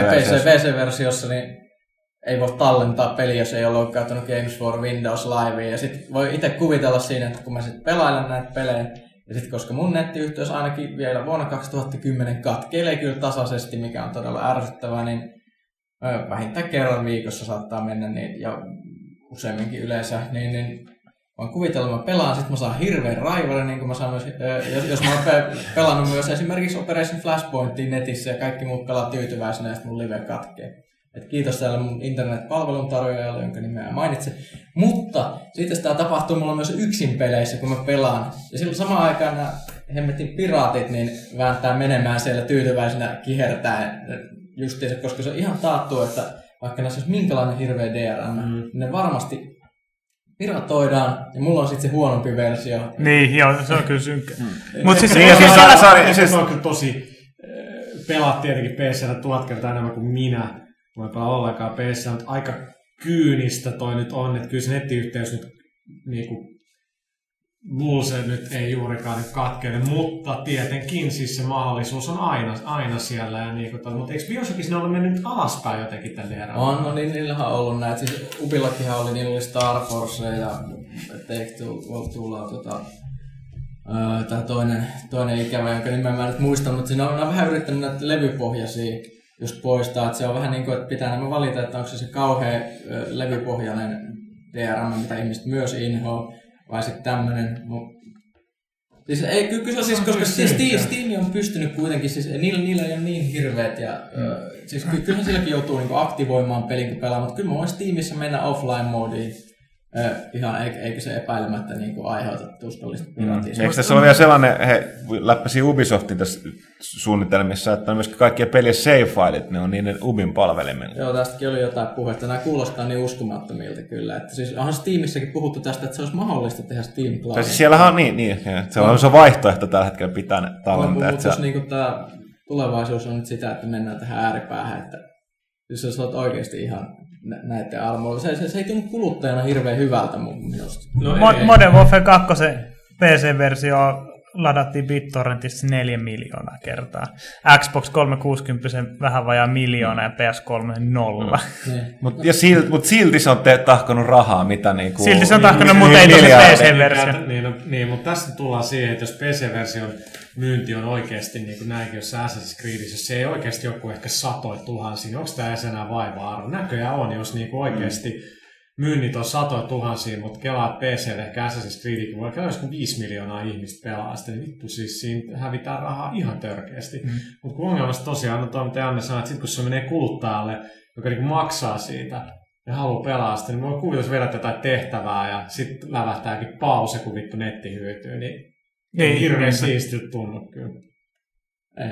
Speaker 5: P C-versiossa, niin ei voi tallentaa peliä, jos ei ole käyttänyt Games for Windows Livea. Ja sitten voi itse kuvitella siinä, että kun mä sitten pelailen näitä pelejä, ja sitten koska mun nettiyhteys ainakin vielä vuonna kaksituhattakymmenen katkeilee kyllä tasaisesti, mikä on todella ärsyttävää, niin vähintään kerran viikossa saattaa mennä niin, ja useamminkin yleensä, niin, niin vaan kuvitella, että mä pelaan, sitten mä saan hirveän raivarin, niin kuin mä saan myös, jos, jos mä oon pe- pelannut myös esimerkiksi Operation Flashpointia netissä, ja kaikki muut pelaa tyytyväisenä, ja sitten mun live katkee. Et kiitos täällä mun internet-palvelun tarjoajalle, jonka nimeä mainitsin. Mutta sitten tämä tapahtuu mulla myös yksin peleissä, kun mä pelaan. Ja silloin samaan aikaan nämä hemmetin piraatit niin vääntää menemään siellä tyytyväisenä kihertäen justiinsa, koska se on ihan taattu, että vaikka näissä olisi minkälainen hirveä D R M, mm. niin ne varmasti piratoidaan, ja mulla on sitten se huonompi versio.
Speaker 3: Niin, joo, se on kyllä synkkä.
Speaker 1: Mm. Mutta siis, siis, siis, siis, siis, se on kyllä tosi, pelaat tietenkin P C:llä tuhat kertaa enemmän kuin minä. Mä en pelaa ollenkaan P C, mutta aika kyynistä toi nyt on, että kyllä se nettiyhteys nyt niinku, mulla se nyt ei juurikaan nyt katkeile, mutta tietenkin siis se mahdollisuus on aina, aina siellä. Ja niinku, to, mutta eikö Bioshockissa ne ole mennyt alaspäin jotenkin tämän D R M?
Speaker 5: On, no niin, niillähän on ollut näitä. Siis Ubillakinhan oli, niillä oli Star Force ja Take-Two tota, tämä toinen, toinen ikävä, jonka nimeä mä en nyt muista, mutta siinä on, on vähän yrittänyt näitä levypohjaisia just poistaa, että se on vähän niin kuin, että pitää nämä valita, että onko se se kauhea levypohjainen D R M, mitä ihmiset myös inhoa, vai sitten tämmöinen. Siis ei, kyllä se on siis, koska Steam, Steam on pystynyt kuitenkin, siis niillä, niillä ei ole niin hirveät, ja mm. uh, siis kyllä silläkin joutuu niinku aktivoimaan pelin kun pelaa, mutta kyllä mä voin Steamissa mennä offline-moodiin. Äh, ihan eikä, eikä se epäilemättä niin kuin aiheuta tuskallista piratismia.
Speaker 2: Mm. Eikö tässä ole vielä sellainen, he läppäsi Ubisoftin tässä suunnitelmissa, että on myöskin kaikkien pelien save-filet, ne on niiden Ubin palvelimella.
Speaker 5: Joo, tästäkin oli jotain puhetta. Nämä kuulostaa niin uskomattomilta kyllä. Että siis onhan Steamissäkin puhuttu tästä, että se olisi mahdollista tehdä Steam Cloud.
Speaker 2: Siis siellähän on niin, niin se on se vaihtoehto tällä hetkellä pitää ne tallentaa.
Speaker 5: Mutta jos niin tämä tulevaisuus on nyt sitä, että mennään tähän ääripäähän, että jos sä olet oikeasti ihan näiden armoilla. Se, se, se ei tunnu kuluttajana hirveän hyvältä mun mielestä.
Speaker 3: No, Mo- Modern Warfare kaksi P C-versio ladattiin BitTorrentista neljä miljoonaa kertaa. Xbox kolmesataakuusikymmentä vähän vajaa miljoonaa ja P S kolme nolla.
Speaker 2: Mm. Mutta no. silti, mut silti se on te- tahkonut rahaa, mitä niinku...
Speaker 3: Silti se on tahkonut, niin, mutta ei tosi P C-versio.
Speaker 1: Niin, niin, niin, mutta tässä tullaan siihen, että jos P C-version myynti on oikeasti, niin kuin näinkin jossain Assassin's Creedissä, jos se ei oikeasti joku ehkä satoi tuhansia, niin onko tämä edes enää vaiva-arvo? Näköjään on, jos niinku oikeasti mm. myynnit on satoja tuhansia, mutta kelaa P C:lle ehkä Assassin's Creed, kun voi kelaa joskus viisi miljoonaa ihmistä pelaa sitä, niin vittu siis siinä hävitään rahaa ihan törkeästi. Mm. Mutta kun ongelmasta tosiaan on tuo, mitä Janne sanoi, että sit kun se menee kuluttajalle, joka niinku maksaa siitä ja haluaa pelaa sitä, niin voi kuvitella, jos vedät jotain tehtävää ja sitten lävähtääkin pause, kun vittu netti hyötyy, niin ei hirveän siistiltä tunnu kyllä.
Speaker 5: Ei.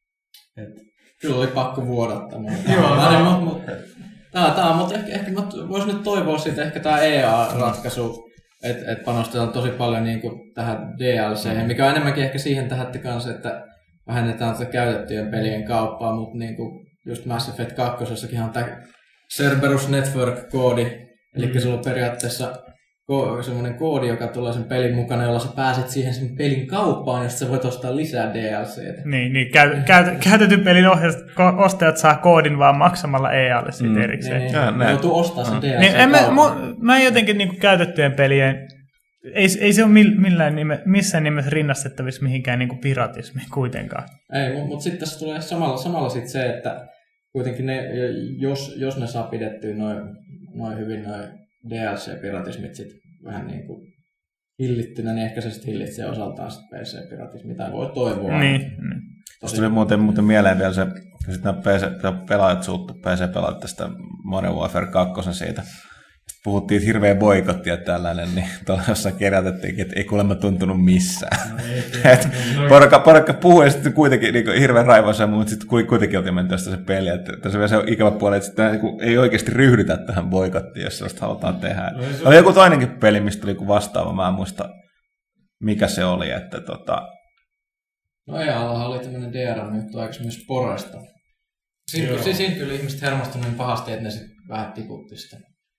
Speaker 5: Et. Kyllä oli pakko vuodattaa. Joo, mutta Tää, tää, mutta ehkä, ehkä mä voisin nyt toivoa siitä ehkä tää E A-ratkaisu, että et panostetaan tosi paljon niinku tähän D L C:hen, mikä on enemmänkin ehkä siihen tähän kanssa, että vähennetään tätä käytettyjen pelien kauppaa, mutta niinku just Mass Effect kaksi on tää Cerberus Network-koodi, eli mm. sulla on periaatteessa ko- semmoinen koodi, joka tulee sen pelin mukana, jolla sä pääset siihen sen pelin kauppaan, josta sä voit ostaa lisää D L C:tä.
Speaker 3: Niin, niin käy, käy, käytetyn pelin ostajat saa koodin vaan maksamalla E A:lle siitä mm. erikseen.
Speaker 5: Niin, niin. Ne joutuu ostaa sen D L C
Speaker 3: niin, en mä, mä, mä jotenkin niin kuin käytettyjen pelien ei, ei se ole millään nime, missään nimessä rinnastettavissa mihinkään niin kuin piratismiin kuitenkaan.
Speaker 5: Ei, mutta mut sitten tässä tulee samalla, samalla sit se, että kuitenkin ne, jos, jos ne saa pidettyä noin noi hyvin noin D L C-piratismit sit vähän niin kuin hillittynä, niin ehkä se sitten hillitsee osaltaan sit P C-piratismia, tai voi toivoa.
Speaker 3: Niin, niin.
Speaker 2: Tosi tuli muuten, muuten mieleen vielä se, kun sitten nämä P C-pelaajat suuttu, P C-pelaajat tästä Modern Warfare kaksi siitä. Puhuttiin, että hirveä boikotti ja tällainen, niin tuolla jossain kirjoitettiinkin, että ei kuulemma tuntunut missään. No, ei, et porukka, porukka puhui ja sitten kuitenkin niin hirveän raivoisa, mutta sitten kuitenkin oltiin mennyt tästä se peli. Että tässä on vielä se ikävä puoli, että sitten niin ei oikeasti ryhdytä tähän boikottiin, jos sellaista halutaan tehdä. No, oli joku toinenkin peli, mistä tuli vastaava, mä en muista mikä se oli. Että, tota...
Speaker 5: No E A:lla oli tämmöinen D R M-juttu aikaisemmin myös Poresta. Siinä, siinä kyllä ihmiset hermostui niin pahasti, että ne sitten vähän tiputti sitä.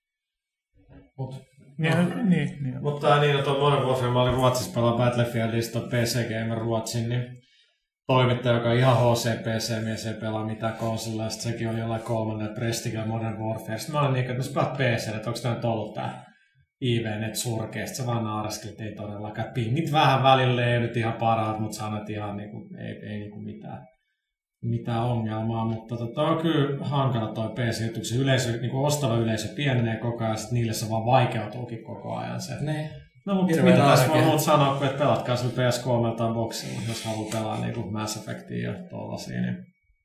Speaker 5: Mut,
Speaker 3: ja, no. niin, niin.
Speaker 1: Mutta niin, no, tuo Modern Warfare, mä olin Ruotsissa pelaa Battlefieldista P C Gamer Ruotsin, niin toimittaja, joka on ihan H C P C-mies, ei pelaa mitään konsolilla, ja sitten sekin oli jollain kolmannen Prestige Modern Warfare. Sitten mä olin niin, että jos pelaat P C, että onko tämä nyt ollut tää I V-net surkea, sitten se vaan naaraskelit, ei todellakaan. Pingit vähän välillä, ei nyt ihan parhaat, mutta sanat ihan niin kuin, ei, ei niin kuin mitään. mitään ongelmaa, mutta tota, on kyllä hankala toi P C-juttu, kun se yleisö, niin kuin ostava yleisö pienenee koko ajan, sitten niille se vaan vaikeutuukin koko ajan se.
Speaker 5: Ne.
Speaker 1: No mutta mitä tässä voi muuta sanoa, kun et pelatkaa sillä P S kolme tai boksilla, jos haluaa pelaa niin kuin Mass Effectia ja tollasia. Niin,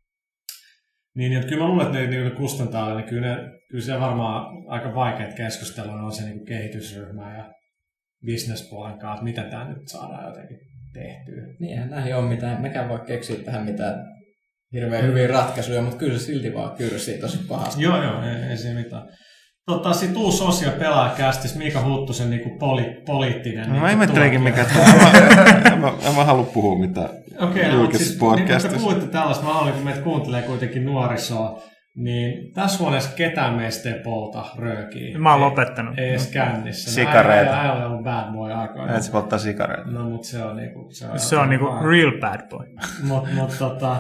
Speaker 1: niin että kyllä mä luulen, että ne, ne kustantaa, niin kyllä, ne, kyllä se varmaan aika vaikeat keskustelua on se niin kuin kehitysryhmä ja businesspuolen kanssa, että miten tämä nyt saadaan jotenkin tehtyä.
Speaker 5: Niinhän näihin on mitään, mekään voi keksiä tähän mitään hirveän hyviä ratkaisuja, mutta kyllä se silti vaan kyrsii tosi pahasti.
Speaker 1: Joo, joo, ei, ei siinä mitään. Tota, sitten uusi osio pelaajakästis, Miika Huttusen niinku poli, poliittinen.
Speaker 2: No, mä ihmettelenkin mikä tämä. En mä, mä halua puhua mitään
Speaker 1: okay,
Speaker 2: julkisessa
Speaker 1: no,
Speaker 2: podcastissa.
Speaker 1: Niin, kun te puhuitte tällaista, mä olin, kun meitä kuuntelee kuitenkin nuorisoa, niin tässä huoneessa ketään meistä ei polta röökiä.
Speaker 3: Mä oon lopettanut.
Speaker 1: Ei edes kännissä.
Speaker 2: Sikareita.
Speaker 1: Ei ole ollut bad boy aikoina.
Speaker 2: Et se polttaa sikareita.
Speaker 1: No, mutta se on niinku...
Speaker 3: Se on, se on niinku real bad boy.
Speaker 1: Mutta mut, tota...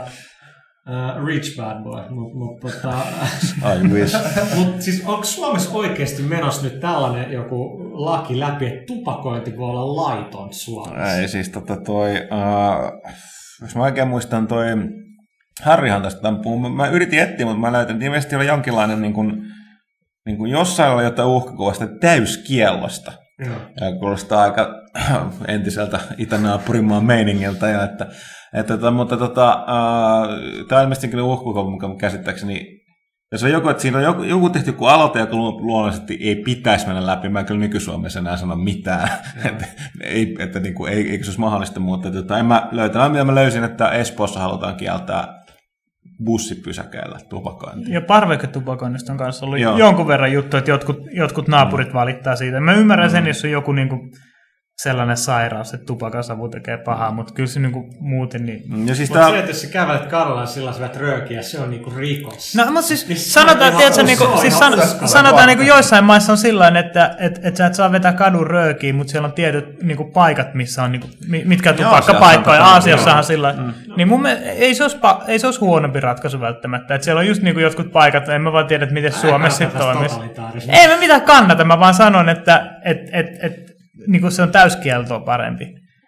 Speaker 1: Uh, rich bad boy, mutta mut, tota,
Speaker 2: I wish.
Speaker 1: Mut siis onko Suomessa oikeasti menossa nyt tällainen joku laki läpi, että tupakointi voi olla laiton Suomessa?
Speaker 2: Ei siis tota toi, uh, jos mä oikein muistan toi, Harrihan tästä tämän puhun, mä yritin etsiä, mutta mä näytän, että ilmeisesti oli jonkinlainen niin kuin, niin kuin jossain oli jotain uhkakuvasta täyskiellosta. Mm. Ja kuulostaa aika entiseltä itänaapurimaan meiningiltä. Ja että, että, mutta tota, uh, tämä on ilmeisesti uhkakuva mukaan käsittääkseni. Jos on joku, että siinä on joku, joku tehty joku aloite, joka luonnollisesti ei pitäisi mennä läpi. Mä en kyllä nyky-Suomessa enää sano mitään. että ei, että, niin kuin, ei, eikö se olisi mahdollista, mutta että, en mä löytänyt. Mitä mä löysin, että Espoossa halutaan kieltää bussipysäkeillä tupakointia.
Speaker 3: Ja parveketupakoinnista on kanssa ollut Joo. jonkun verran juttu, että jotkut, jotkut naapurit mm. valittaa siitä. Mä ymmärrän mm. sen, jos on joku niinku sellainen sairaus, että tupakasavu tekee pahaa, mutta kyllä se niinku muuten niin...
Speaker 1: Ja siis mutta tää... se, että jos sä kävelet kadulla ja sillä syvät röökiä, se on niinku rikos.
Speaker 3: No, mutta siis niin sanotaan, tiedätkö, niinku, siis san, sanotaan niinku joissain maissa on sillain, että et, et sä et saa vetää kadun röökiä, mutta siellä on tietyt niinku paikat, missä on niinku, mitkä on tupakkapaikkoja. Aasiassahan sillä mm. Niin mun mielestä ei se olisi, ei se olisi huonompi ratkaisu välttämättä. Että siellä on just niinku jotkut paikat, en mä vaan tiedä, että miten Suomessa sitten toimisi. Ei mä mitään kannata, mä vaan sanon, että et, et, et, niinku se on täyskieltoa parempi.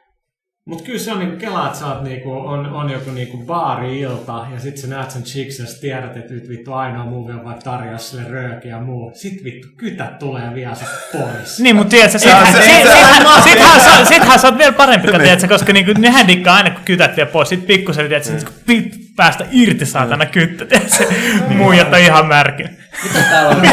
Speaker 1: Mut kyllä se on niinku kelaa, että sä oot niinku, on, on joku niinku baari-ilta ja sit sä näet sen chicks ja sä tiedät, että nyt vittu ainoa muuvi on vaan tarjoa sille röökiä ja muu. Sit vittu kytät tulee vielä se pois.
Speaker 3: Niin, mut tiedät sä, sittenhän sit, sit, sit, sit, sit, sä oot vielä parempi, tiedät, koska niinku, nehän dikkaa aina kun kytät vie pois. Sit pikkusen tiedät sä, pit päästä irti saatana kyttä, tiedät sä, muijat on ihan märkiä.
Speaker 5: Mitä täällä on?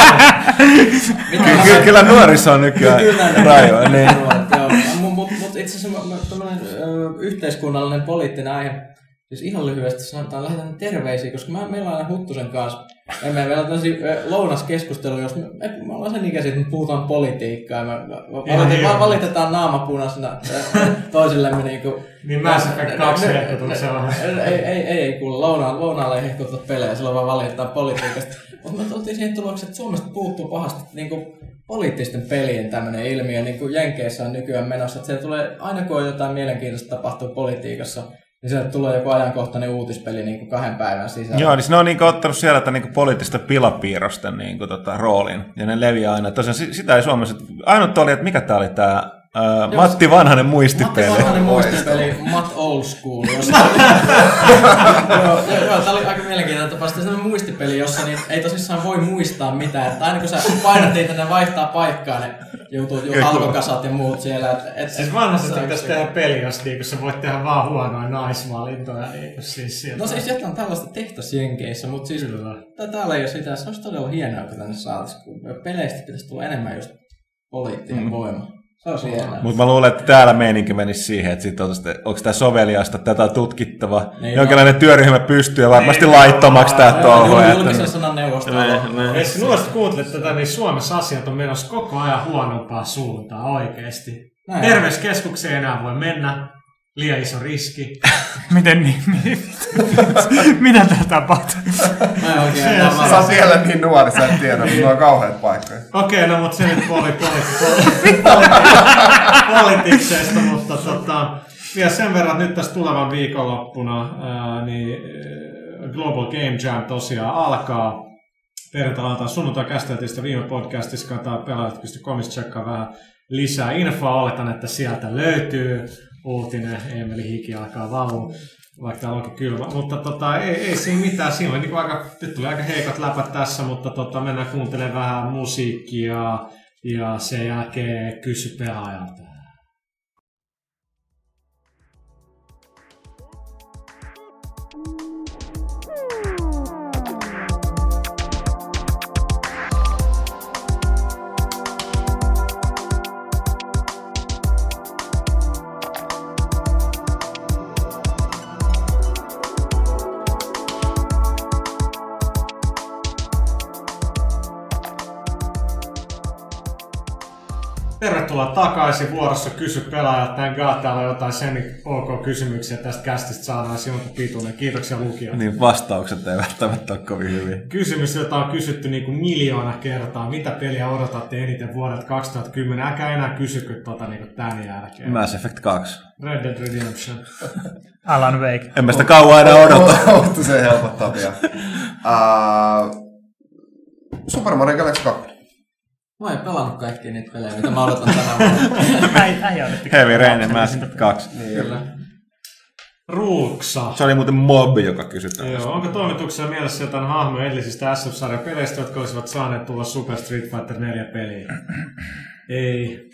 Speaker 2: Kyllä nuorissa on nykyään rajoja.
Speaker 5: Mutta itse asiassa tämmöinen yhteiskunnallinen poliittinen aihe, siis ihan lyhyesti sanotaan, lähdetään terveisiä, koska mä, meillä on aina Huttusen kanssa, ja me meillä on tämmöisiä lounaskeskustelua, jos me, me ollaan sen ikäisiä, että me puhutaan politiikkaa, ja me valitetaan, valitetaan naamapunaisena toisillemme niin kuin...
Speaker 1: Niin mä se kaksi hehkutuksella.
Speaker 5: Ei, ei, ei, ei kuule, lounaalla, lounaalla ei hehkuta pelejä, silloin vaan valitetaan politiikasta. Mutta me tultiin siihen tulokseen, että Suomesta puuttuu pahasti niin kuin poliittisten pelien tämmöinen ilmiö, niin kuin Jenkeissä on nykyään menossa, että siellä tulee, aina kun on jotain mielenkiintoista tapahtuu politiikassa, niin sieltä tulee joku ajankohtainen uutispeli niin kuin kahden päivän sisällä.
Speaker 2: Joo, niin ne on niin kuin ottanut siellä tämän niin poliittisten pilapiirrosten niin kuin, tota, roolin, ja ne leviää aina. Tosiaan sitä ei Suomessa ainut oli, että mikä tää oli tää uh, Matti Vanhanen muistipeli.
Speaker 5: Matti Vanhanen muistipeli, Matt Old School. Jossa joo, joo, tää oli aika mielenkiintoinen tapa. Sitten sellainen muistipeli, jossa niin ei tosissaan voi muistaa mitään. Että aina kun sä painat niitä, ne vaihtaa paikkaa, ne joutuu jo halkokasat ja muut siellä. Et, et,
Speaker 1: siis vanhasti pitäisi tehdä peli, jos niin, sä voit tehdä vaan huonoja naisvalintoja. Niin, siis sieltä.
Speaker 5: No siis jotain tällaista tehtäisiin Jenkeissä, mutta siis täällä ei ole sitä. Se olisi todella hienoa, kun tänne saataisiin. Peleistä pitäisi tulla enemmän just poliittinen mm. voima. Se olisi hienoa.
Speaker 2: Mutta mä luulen, että täällä meininki menisi siihen, että sit on, onko tämä soveliasta, tätä on tutkittava.
Speaker 5: Niin,
Speaker 2: jonkinlainen no. työryhmä pystyy ja varmasti niin, laittomaksi tämä touhu.
Speaker 5: Julkisen sanan neuvostolla.
Speaker 1: Jos nuosta kuuntelet tätä, niin Suomessa asiat on menossa koko ajan huonompaa suuntaan oikeasti. Näin. Terveyskeskukseen enää voi mennä. Liian iso riski.
Speaker 3: Miten niin? Mitä tää tapahtuu?
Speaker 4: Sä oot vielä niin nuori, sä et tiedä, mutta ne on kauheat paikkoja.
Speaker 1: Okei, okay, no mutta se nyt poli, poli, poli, poli, politikseista, mutta tota, vielä sen verran, että nyt tässä tulevan viikonloppuna ää, niin Global Game Jam tosiaan alkaa. Perjantai-lauantai sunnuntai käsiteltiin sitä viime podcastissa, kannattaa pelaajat piste comissa tsekkaa vähän lisää infoa. Oletan, että sieltä löytyy uutinen, Emeli hiki alkaa valua, vaikka täällä onkin kylmä. Mutta tota, ei, ei siinä mitään. Siinä oli niin aika, nyt tuli aika heikot läpät tässä, mutta tota, mennään kuuntelemaan vähän musiikkia ja sen jälkeen kysy pelaajalta. Tervetuloa takaisin vuorossa Kysy pelaajalta. Tän gaa täällä on jotain sen ok-kysymyksiä tästä kästistä saadaan jonkun pituinen. Kiitoksia lukijoille.
Speaker 2: Niin vastaukset ei välttämättä ole kovin hyviä.
Speaker 1: Kysymys, jota on kysytty niin kuin miljoona kertaa. Mitä peliä odotatte eniten vuodelta kaksituhattakymmenen? Älkää enää kysykö tuota niin kuin tän jälkeen.
Speaker 2: Mass Effect kaksi.
Speaker 1: Red Dead Redemption.
Speaker 3: Alan Wake.
Speaker 2: En mä sitä kauan aina odota.
Speaker 4: Mutta se helpottaa pian. Uh, Super Mario Galaxy kaksi.
Speaker 5: Mä en pelannut kaikkia niitä pelejä, mitä mä odotan tänä vuonna.
Speaker 2: Heavy Rain ja Mass Effect kaksi.
Speaker 5: Niin, kyllä.
Speaker 1: Ruuksa.
Speaker 2: Se oli muuten Mob, joka kysyi.
Speaker 1: Joo, onko toimituksella mielessä jotain hahmoja edellisistä S F-sarjan peleistä, jotka olisivat saaneet tulla Super Street Fighter neljä peliin? Ei.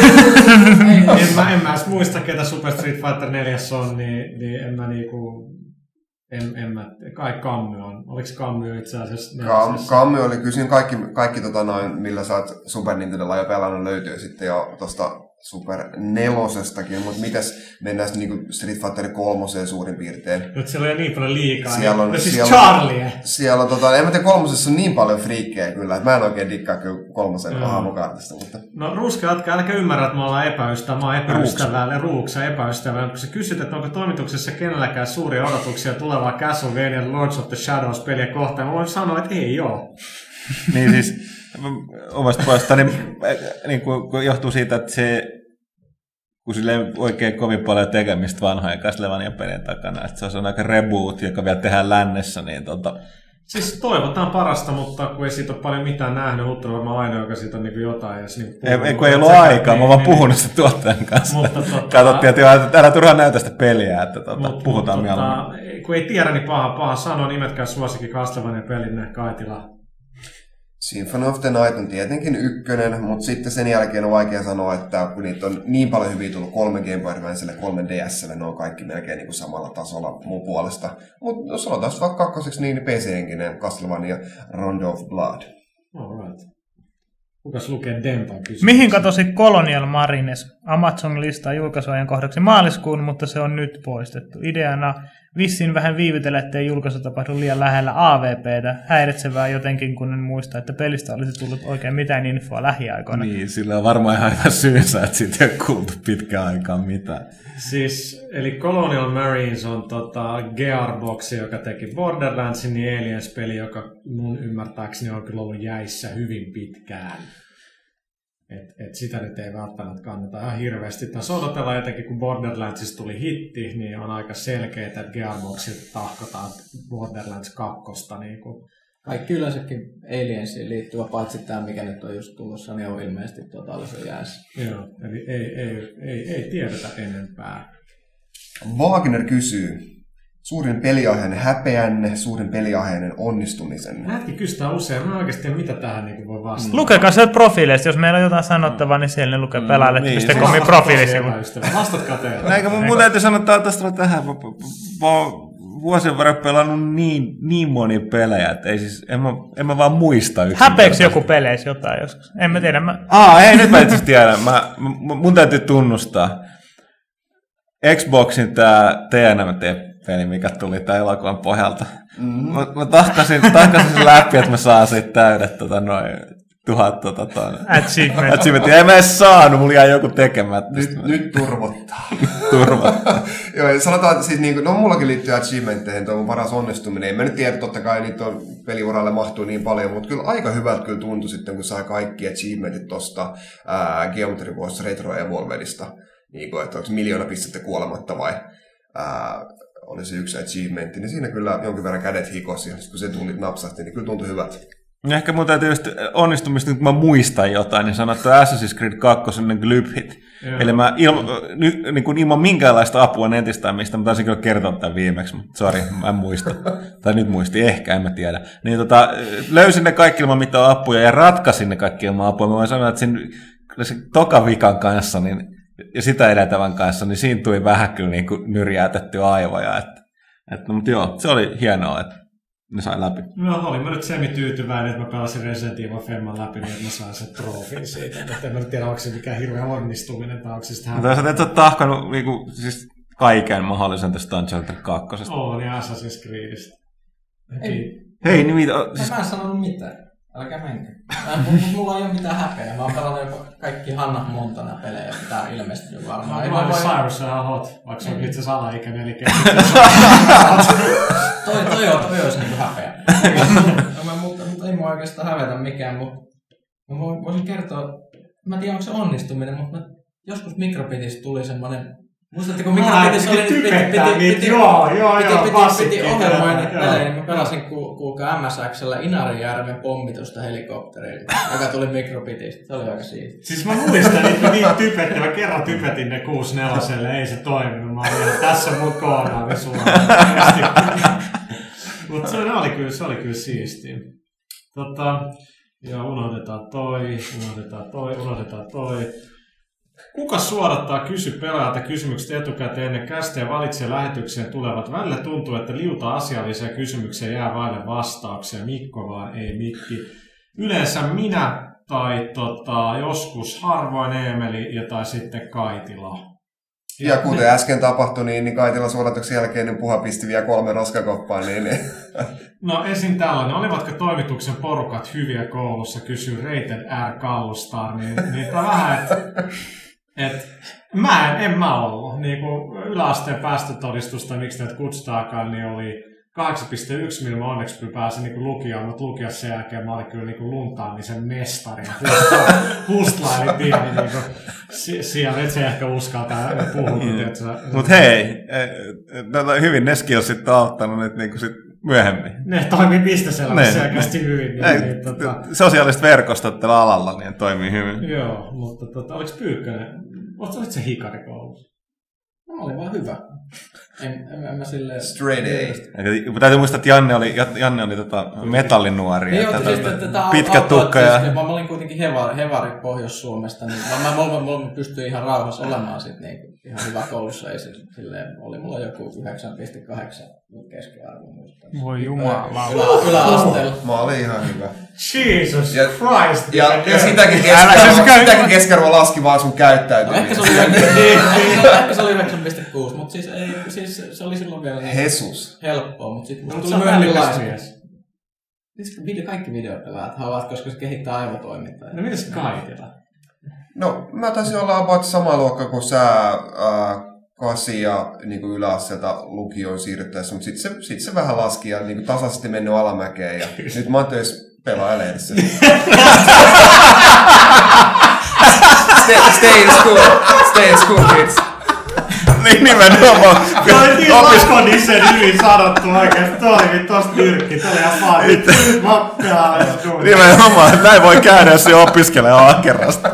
Speaker 1: en, mä, en mä edes muista, ketä Super Street Fighter neljä on, niin, niin en mä niinku... En, en mä, kai Kammy on. Oliko Kammy itse asiassa?
Speaker 4: Kam, Kammy oli, kyllä siinä kaikki, kaikki tota noin, millä sä oot Super Nintendolla jo pelannut, löytyy sitten jo tosta Super nelosestakin, mutta mitäs mennään niinku Street Fighter kolmoseen suurin piirtein.
Speaker 1: Nyt siellä on jo niin paljon liikaa.
Speaker 4: Siellä on,
Speaker 1: no siis
Speaker 4: siellä
Speaker 1: Charlie.
Speaker 4: On, siellä on, tota, en mä tiedä, kolmosessa on niin paljon friikkejä kyllä, että mä en oikein dikkaa kyllä kolmosen mm. hahmokaartista. Mutta...
Speaker 1: No Ruuska, älkää älkää ymmärrä, että me ollaan epäystävää. Mä oon epäystävää, Ruuksa epäystävää. Kun sä kysyt, että onko toimituksessa kenelläkään suuria odotuksia tulevaa Castlevania Lords of the Shadows -peliä kohtaan, mä voin sanoa, että ei oo.
Speaker 2: Niin siis omasta puolestani niin kun johtuu siitä, että se kun sillä ei oikein kovin paljon tekemistä vanhojen Castlevania pelien takana, että se on aika reboot, joka vielä tehdään lännessä, niin tota...
Speaker 1: Siis toivotaan parasta, mutta kun ei siitä ole paljon mitään nähnyt, mutta on varmaan ainoa, joka siitä on niin jotain edes niin
Speaker 2: puhunut. Ei, kun ei ollut aikaa, niin, mä oon vaan niin, puhunut sitä tuottajan kanssa. Mutta, tota, katsottiin, että älä turhaan näytä sitä peliä, että tota, mutta, puhutaan
Speaker 1: mutta,
Speaker 2: mieluummin.
Speaker 1: Kun ei tiedä, niin paha, paha sanoa, nimetkää suosikin Castlevania pelinne Kaitila.
Speaker 4: Symphony of the Night on tietenkin ykkönen, mutta sitten sen jälkeen on vaikea sanoa, että kun niitä on niin paljon hyviä tullut kolme Game Boy Advancelle, kolme D S:lle, ne on kaikki melkein niin kuin samalla tasolla mun puolesta. Mutta jos sanotaan vaikka kakkoseksi, niin P C-henkinen Castlevania Rondo of Blood.
Speaker 1: Alright. Kukas lukee Dempan kysymys?
Speaker 3: Mihin katosi Colonial Marines? Amazon listaa julkaisuajan kohdaksi maaliskuun, mutta se on nyt poistettu. Ideana vissiin vähän viivytellä, ettei julkaisu tapahdu liian lähellä A V P:tä. Häiritsevää jotenkin, kun en muista, että pelistä olisi tullut oikein mitään infoa lähiaikoina.
Speaker 2: Niin, sillä on varmaan ihan hyvä syynsä, että siitä ei ole kuultu pitkään aikaan mitään.
Speaker 1: Siis, eli Colonial Marines on tota Gearbox, joka teki Borderlandsin, niin Aliens-peli, joka mun ymmärtääkseni on kyllä ollut jäissä hyvin pitkään. Et, et sitä nyt ei välttämättä kannata ihan hirveästi. Tässä odotellaan jotenkin, kun Borderlandsista tuli hitti, niin on aika selkeää, että Gearboxilta tahkotaan Borderlands kaksi niin kuin
Speaker 5: Kaikki yleensäkin Aliensiin liittyvä, paitsi tämä, mikä nyt on just tulossa, niin on ilmeisesti totaalisen jäässä.
Speaker 1: Joo, eli ei, ei, ei, ei tiedetä enempää.
Speaker 4: Wagner kysyy, suurin peliaiheinen häpeänne, suurin peliaiheinen onnistumisen.
Speaker 1: Näetkin kysytään usein, mä oikeasti tiedä, mitä tähän niin voi vastata.
Speaker 3: Mm. Lukekaa sieltä profiileista, jos meillä on jotain sanottavaa, niin siellä ne lukee mm, pelaajalle piste comin profiilisivu.
Speaker 1: Vastatkaa teille.
Speaker 2: Näinkö mun täytyy sanoa, että tästä tähän. Mä oon vuosien verran pelannut niin, niin monia pelejä, että ei siis, en, mä, en mä vaan muista yksinkertaisesti.
Speaker 3: Häpeäkö joku peleissä jotain joskus? En mä tiedä. Mä...
Speaker 2: Aa, ei, nyt mä itse tiedän. Mä, mun täytyy tunnustaa. Xboxin tää T N M T-peli, mikä tuli tää elokuvan pohjalta. Mm-hmm. Mä, mä tahkasin, tahkasin sen läpi, että mä saan siitä täydet tota, noin tuhat tota, ton,
Speaker 3: achievement.
Speaker 2: achievement. Ei mä edes saanut, mulla jäi joku tekemättä.
Speaker 4: Nyt, nyt turvottaa.
Speaker 2: turvottaa.
Speaker 4: Joo, sanotaan, siis niin kuin, no mullakin liittyy achievementteihin, tuo mun paras onnistuminen. En mä nyt tiedä, totta kai niitä on peliuralle mahtuu niin paljon, mutta kyllä aika hyvältä kyllä tuntui sitten, kun sai kaikki achievementit tosta ää, Geometry Wars Retro Evolvedista. Niin kuin, että onko miljoona pistettä kuolematta vai ää, oli se yksi achievementti, niin siinä kyllä jonkin verran kädet hikosi, ja kun se tuli napsahti, niin kyllä tuntui hyvältä.
Speaker 2: Ehkä mun täytyy just onnistumista, kun mä muistan jotain, niin sanon, että Assassin's Creed kaksi on glybhit. Eli mä ilma, ny, niin kuin ilman minkäänlaista apua netistä, mistä mä taisin kyllä kertoa tämän viimeksi, mutta sori, mä en muista. Tai nyt muisti, ehkä, en mä tiedä. Niin tota, löysin ne kaikki ilman mitään apuja ja ratkaisin ne kaikki ilman apua. Mä voin sanoa, että sen, sen tokan vikan kanssa, niin ja sitä edeltävän kanssa, niin siinä tuli vähän kyllä niin kuin nyrjäytettyä aivoja. Että, että, mutta joo, se oli hienoa, että ne sai läpi.
Speaker 1: No olin mä nyt semi-tyytyväinen, että mä pelasin Resident Evil Femman läpi, niin että mä sain sen trofin siitä. Että en mä nyt tiedä, onko se mikään hirveä onnistuminen, tai onko se sitä...
Speaker 2: Mutta sä et ole tahkanut niin kuin, siis kaiken mahdollisen tästä Uncharted kakkosesta.
Speaker 1: Oo, niin Assassin's Creedistä.
Speaker 5: Ei.
Speaker 2: Hei, niin mitä...
Speaker 5: Siis... Mä en sanonut mitään. Älkää menkää. Mulla ei ole mitään häpeää. Mä oon pelannut jopa kaikki Hannah Montana pelejä, mitä on ilmestynyt varmaan.
Speaker 1: No, Miley Cyrus on ihan hot, vaikka se on itse asiassa alaikäinen, eli
Speaker 5: toi, toi, on, toi olisi niinku häpeä. mutta, mutta ei mua oikeastaan hävetä mikään, mutta mä voisin kertoa, mä en tiedä onko se onnistuminen, mutta joskus Micropitistä tuli semmoinen. Muistatteko, Micropitissä oli, piti, piti, piti,
Speaker 1: joo, joo, joo,
Speaker 5: piti, piti ohjelmoida pelejä, niin mä pelasin ku, kuulkaa M S X:llä Inarijärven pommitusta helikopterilla, joka tuli Micropitistä. Se oli aika siisti.
Speaker 1: Siis mä muistan, että niin typetti, mä kerran typetin ne kuusi neloselle, ei se toiminut. Mä olin, että tässä on mun koonaali sulla. Mutta se oli kyllä, se oli kyllä siistiä. Tota, joo, unohdetaan toi, unohdetaan toi, unohdetaan toi. Kuka suodattaa kysy pelaajalta kysymykset etukäteen ennen kästä ja valitsee lähetykseen tulevat? Välillä tuntuu, että liuta asiallisia kysymyksiä jää vaille vastauksia. Mikko vaan, ei Mikki. Yleensä minä tai tota, joskus harvoin Eemeli ja tai sitten Kaitila.
Speaker 4: Ja, ja kuten ne... äsken tapahtui, niin, niin Kaitila suodatuksen jälkeen niin Puha pisti vielä kolme roskakoppaa. Niin, niin.
Speaker 1: No esim. tällainen. Olivatko toimituksen porukat hyviä koulussa? Kysyy Rated R Kallustar. Niin, niin vähän, että... Et, mä en, en mä ollut. Niin yläasteen päästötodistusta, miksi näitä kutsutaakaan, niin oli kahdeksan pilkku yksi, millä mä onneksi pääsin niin lukioon, mutta lukiossa sen jälkeen mä olin kyllä niin luntaamisen mestari. Hustlailin pieni niin kuin, siellä, et se ehkä uskaltaa puhua.
Speaker 2: Mutta hei, tätä hyvin ne skillsit on auttanut nyt niin sit myöhemmin.
Speaker 1: Ne toimii pisteselämässä selkeästi hyvin. Niin,
Speaker 2: ei,
Speaker 1: niin, tota...
Speaker 2: Sosiaaliset verkostot tällä alalla niin toimii hyvin.
Speaker 1: Joo, mutta tota, oliko Pyykkönen, olit se hikari koulussa?
Speaker 5: No, oli vaan hyvä. En, en, en mä silleen...
Speaker 4: Straight A.
Speaker 2: Täytyy muistaa, että Janne oli, Janne oli tota metallinuori.
Speaker 5: Niin, joo, siis,
Speaker 2: pitkä tukka. Ja...
Speaker 5: Mä, mä olin kuitenkin hevari, hevari Pohjois-Suomesta, niin mä, mä, mä, mä pystyin ihan rauhassa olemaan sit, niin, ihan hyvä koulussa. Ei, silleen, oli mulla joku yhdeksän pilkku kahdeksan keskiarvo.
Speaker 3: Voi jumala.
Speaker 5: Ylä, yläasteella.
Speaker 4: Mä olin ihan hyvä.
Speaker 1: Jesus ja, Christ!
Speaker 4: Ja, ja, ja sitäkin keskiarvo, keskiarvo laski vaan sun käyttäytyminen.
Speaker 5: No, ehkä se oli yhdeksän pilkku kuusi, mutta siis, ei, siis se oli silloin vielä niin
Speaker 4: Jesus.
Speaker 5: helppoa. Mutta sitten
Speaker 1: no,
Speaker 5: tuli myöhemmin laismies. Kaikki videopelaat ovat, koska se kehittää aivotoimintaa.
Speaker 1: No mitäs Kaitila?
Speaker 4: No mä taisin olla about sama luokka kuin sä ää, kasi ja niin kuin yläasteelta lukioon siirryttäessä, mutta sitten se, sit se vähän laski ja niin kuin tasaisesti mennyt alamäkeen ja nyt mä oon töissä pelaajalehdessä. stay, stay in school, stay in school kids.
Speaker 2: Niin nimenomaan.
Speaker 1: Tuo oli niin lakonisen hyvin sanottu oikeesti. Tuo oli tosta nyrkki. Tuo oli ihan vaan. Nyt mä pelaan edes duunia.
Speaker 2: Nimenomaan, että näin voi käydä, jos se opiskelee ahkerasti.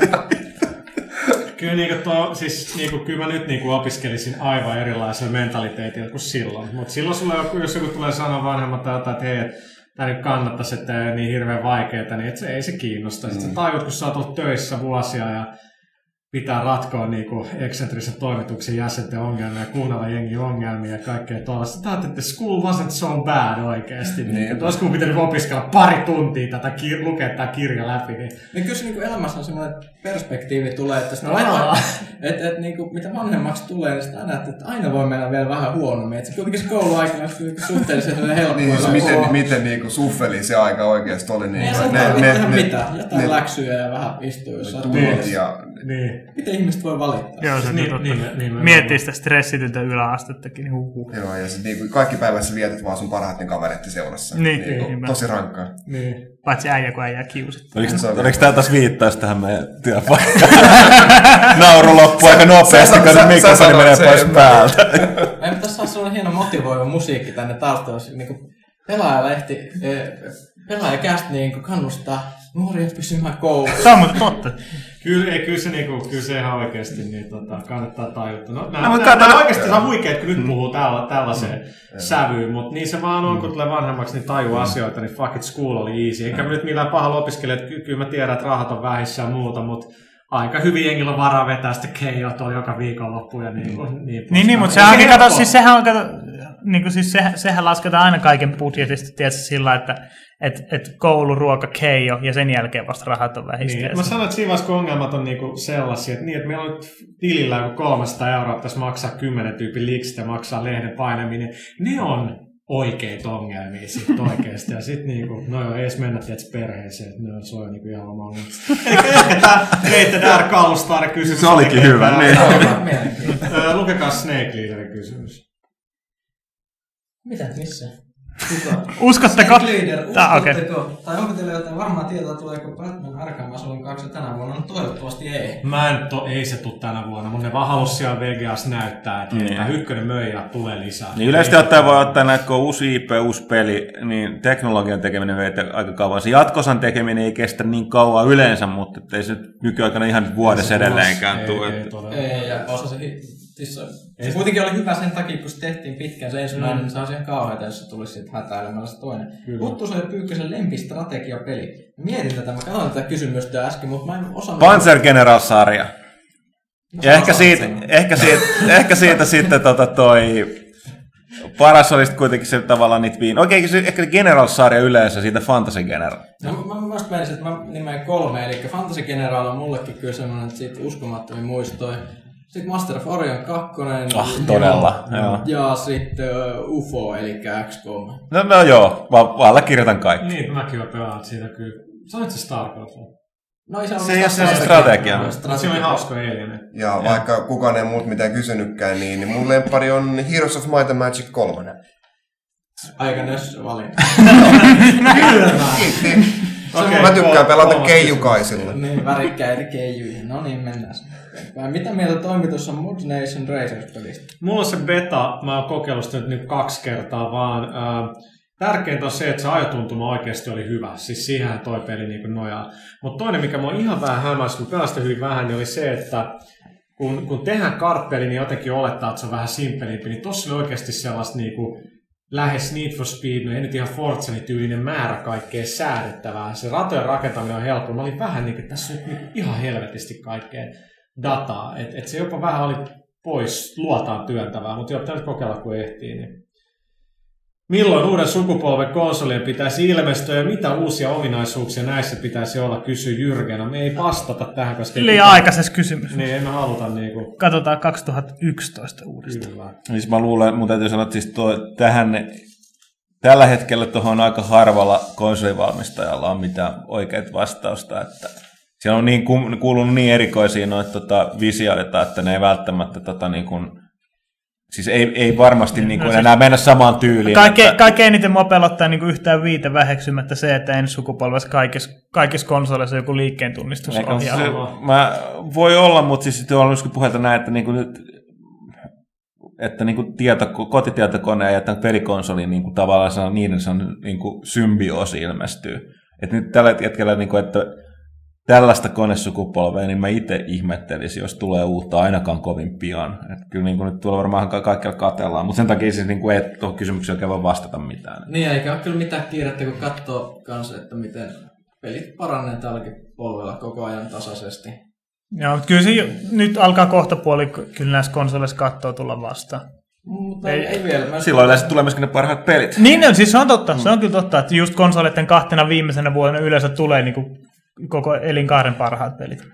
Speaker 1: Kyllä, niinku tuo, siis, niinku, kyllä mä nyt niinku opiskelisin aivan erilaisella mentaliteetillä kuin silloin. Mutta silloin sulla joku, jos joku tulee sanoa vanhemmat jotain, että hei, et, tämä nyt kannattaisi, että ei ole niin hirveän vaikeaa, niin et se, ei se kiinnosta. Sitten mm. sä tajut, kun sä oot ollut töissä vuosia ja pitää ratkoa niinku eksentrisen toimituksen jäsenten ongelmia ja kuunnella jengi ongelmia ja kaikkea tuollaista. Sä ajattelet, että school wasn't so bad oikeasti. Niin, niin, olisiko pitänyt opiskella pari tuntia tätä, kir- lukea tämä kirja läpi. Niin,
Speaker 5: niin kyllä se niinku elämässä on semmoinen perspektiivi tulee, että sitä aina, et, et, niinku, mitä vanhemmaksi tulee, niin sitä aina, että aina voi mennä vielä vähän huonommin. Et se kuitenkin se kouluaikana on suhteellisen helppoa.
Speaker 4: Niin, siis miten, miten niinku suffeli se aika oikeasti oli. Niin,
Speaker 5: ei se tarvitse tehdä mitään. Jotain läksyjä ja vähän istua jossain.
Speaker 4: Tuntia.
Speaker 1: Niin.
Speaker 5: Miten ihmiset voi valittaa?
Speaker 3: Joo, se
Speaker 1: niin,
Speaker 3: totta.
Speaker 1: niin, niin,
Speaker 3: miettii sitä stressityntä yläastettakin. Niin huhuh.
Speaker 4: Joo, ja sit niinku kaikki päivässä vietät vaan sun parhaiten kavereiden seurassa.
Speaker 3: Niin,
Speaker 4: niinku,
Speaker 3: niin,
Speaker 4: tosi rankkaa.
Speaker 1: Niin.
Speaker 3: Paitsi äijä, kun äijää kiusittaa.
Speaker 2: Oliko, oliko tää taas viittaus tähän meidän työpaikkaan? Nauru loppuu aika nopeasti, kun se mikrofoni menee pois päältä.
Speaker 5: Meidän pitäisi saada sellainen hieno motivoiva musiikki tänne taustalle. Niin pelaajalehti, pelaajakästä niin kannustaa nuoria pysymään koulussa.
Speaker 3: Tämä on muuten totta.
Speaker 1: Kyllä, ei, kyllä, se, niinku, kyllä se ihan oikeasti niin, tota, kannattaa tajuta. No, nämä,
Speaker 2: no,
Speaker 1: nämä, nämä oikeasti on huikeet, kun nyt puhuu tällä, tällaiseen mm. sävyyn, mutta niin se vaan on, kun tulee vanhemmaksi, niin tajuu mm. asioita, niin fuck it, school oli easy. Enkä mä nyt millään pahalla opiskele, että kyllä mä tiedän, että rahat on vähissä ja muuta, mutta aika hyvin jengillä on varaa vetää sitä keijaa tuolla joka viikonloppu ja niin kuin. Mm. Niin,
Speaker 3: niin, niin, mutta sehän se kato, siis sehän on, kato, niin kuin siis se, sehän lasketaan aina kaiken budjetista, tietysti sillä, että et, et koulu, ruoka, keijo ja sen jälkeen vasta rahat on vähistä.
Speaker 1: Niin, mä sanon, että siinä vaiheessa, kun ongelmat on niinku sellaisia, että, niin, että meillä on tilillä joku kolmesataa euroa, pitäisi maksaa kymmenen tyypin liiksit ja maksaa lehden painaminen, niin ne on oikeita ongelmia sitten oikeasti. Ja sitten niinku, no joo, ei edes mennä tietysti perheeseen, että ne on, se on niinku ihan oma ongelma. Ehkä tämä Rated R Kallustaari kysymys.
Speaker 2: Se olikin hyvä, niin.
Speaker 1: Lukekaa Snake Leaderin kysymys.
Speaker 5: Mitä? Missä? Kuka?
Speaker 3: Uskotteko?
Speaker 5: Leader,
Speaker 3: Tää,
Speaker 5: uskotteko? Okay. Tai onko teillä jotain varmaa tietoa, tuleeko Batman Arkham Asylum kaksi tänä vuonna? No toivottavasti ei.
Speaker 1: Mä en to, ei se tule tänä vuonna, mutta ne vaan halusi siellä V G A:ssa näyttää, että mm. ykkönen möi ja tulee lisää.
Speaker 2: Niin yleisesti ottaen voi ottaa näitä, kun on uusi I P, uusi peli, niin teknologian tekeminen vei aika kauan. Se jatkosan tekeminen ei kestä niin kauan yleensä, mutta ei se nykyaikana ihan vuodessa edelleenkään tule.
Speaker 5: Ei, ei, ei, ja osa se Se, se kuitenkin oli hyvä sen takia, kun se tehtiin pitkään se ensimmäinen, niin mm. se olisi ihan kauheita, jos se tulisi siitä hätäilemällä se toinen. Huttusen ja Pyykkösen lempistrategiapeli. Mietin tätä, mä katsoin tätä kysymystä äsken, mutta mä en osannut...
Speaker 2: Panzer-General-sarja. Ja ehkä siitä, ehkä, siitä, ehkä siitä sitten tota toi... Paras olisi kuitenkin se tavallaan niitä viin... Okei, se, ehkä General-sarja yleensä, siitä Fantasy General.
Speaker 5: No, mä, mä vasta menisin, että mä nimeen kolme, eli Fantasy General on mullekin kyllä semmoinen, että siitä uskomattomia muistoja. Sitten Master of Orion kaksi.
Speaker 2: Ah, todella.
Speaker 5: Ja,
Speaker 2: joo.
Speaker 5: ja sitten uh, U F O, eli X COM.
Speaker 2: No, no joo, vaan allekirjoitan kaikki.
Speaker 1: Niin, mäkin olen pelannut siitä kyllä. Sanoit se StarCraft?
Speaker 5: No, se,
Speaker 2: se ei ole se strategia.
Speaker 1: Se oli hauska alien.
Speaker 4: Ja, ja vaikka kukaan ei muut mitään kysynytkään, niin, niin mun lemppari on Heroes of Might and Magic kolme.
Speaker 5: Aika nössö valinta.
Speaker 4: Kyllä. Okay, mä tykkään pelata keijukaisilla.
Speaker 5: Niin, värikkäitä keijuja. No niin, mennään. Mitä mieltä toimitus on Mod Nation Racers-pelistä?
Speaker 1: Mulla on se beta, mä oon kokeillut sitä nyt kaksi kertaa vaan. Äh, tärkeintä on se, että se ajotuntuma oikeasti oli hyvä. Siis siihen toi peli niin nojaa. Mutta toinen, mikä mä oon ihan vähän hämässä, kun pelasin hyvin vähän, niin oli se, että kun, kun tehdään kartpeli, niin jotenkin olettaa, että se on vähän simpelimpi. Niin tossa oli oikeasti sellaista niinku lähes Need for Speed, no ei nyt ihan Forza-tyylinen määrä kaikkea säädettävää. Se ratojen rakentaminen on helppo. Mä olin vähän niin kuin, tässä on nyt niin ihan helvetisti kaikkea dataa. Että et se jopa vähän oli pois luotaan työntävää, mutta jotta nyt kokeilla kun ehtii. Niin. Milloin uuden sukupolven konsolien pitäisi ilmestyä ja mitä uusia ominaisuuksia näissä pitäisi olla, kysyy Jyrgen. No, me ei vastata tähän, koska...
Speaker 3: Liian aikaisessa kysymys.
Speaker 1: Niin, ei me haluta niinku...
Speaker 3: Katsotaan kaksituhattayksitoista uudestaan.
Speaker 2: Siis mä luulen, mun täytyy sanoa, että siis tuo, tähän, tällä hetkellä tuohon aika harvalla konsolivalmistajalla on mitään oikeat vastausta, että siellä on niin, kuulunut niin erikoisia noita tota, visioita, että ne ei välttämättä tota, niin kuin, siis ei, ei varmasti no, niin kuin, no, enää siis mennä samaan tyyliin.
Speaker 3: Kaikkein, että... kaikkein eniten mua pelottaa niin kuin yhtään viitä väheksymättä se, että ensi sukupolvessa kaikissa, kaikissa konsoleissa joku liikkeen tunnistusohjelma.
Speaker 2: Mä voi olla, mutta siis on joskus puhelta näin, että niin kuin nyt että niin kuin tieto, kotitietokone ja tämän pelikonsoli niin kuin tavallaan se on, niiden se on niin kuin symbioosi ilmestyy. Että nyt tällä hetkellä, niin kuin, että tällaista konesukupolvea, niin mä itse ihmettelisin, jos tulee uutta ainakaan kovin pian. Että kyllä niin kuin nyt tuolla varmaan kaikkialla katellaan, mutta sen takia siis niin kuin ei tuohon kysymykseen oikein voi vastata mitään.
Speaker 5: Niin, eikä ole kyllä mitään kiirettä, kun katsoo kanssa, että miten pelit paranee tälläkin polvella koko ajan tasaisesti.
Speaker 3: Joo, mutta kyllä se jo, nyt alkaa kohta puoli kyllä näissä konsoleissa katsoa tulla vastaan.
Speaker 5: Mutta ei, ei vielä. Mä
Speaker 2: silloin yleensä tulee myöskin ne parhaat pelit.
Speaker 3: Niin, no, siis se on totta. Mm. Se on kyllä totta, että just konsoleiden kahtena viimeisenä vuonna yleensä tulee niin kuin koko elinkaaren parhaat pelit.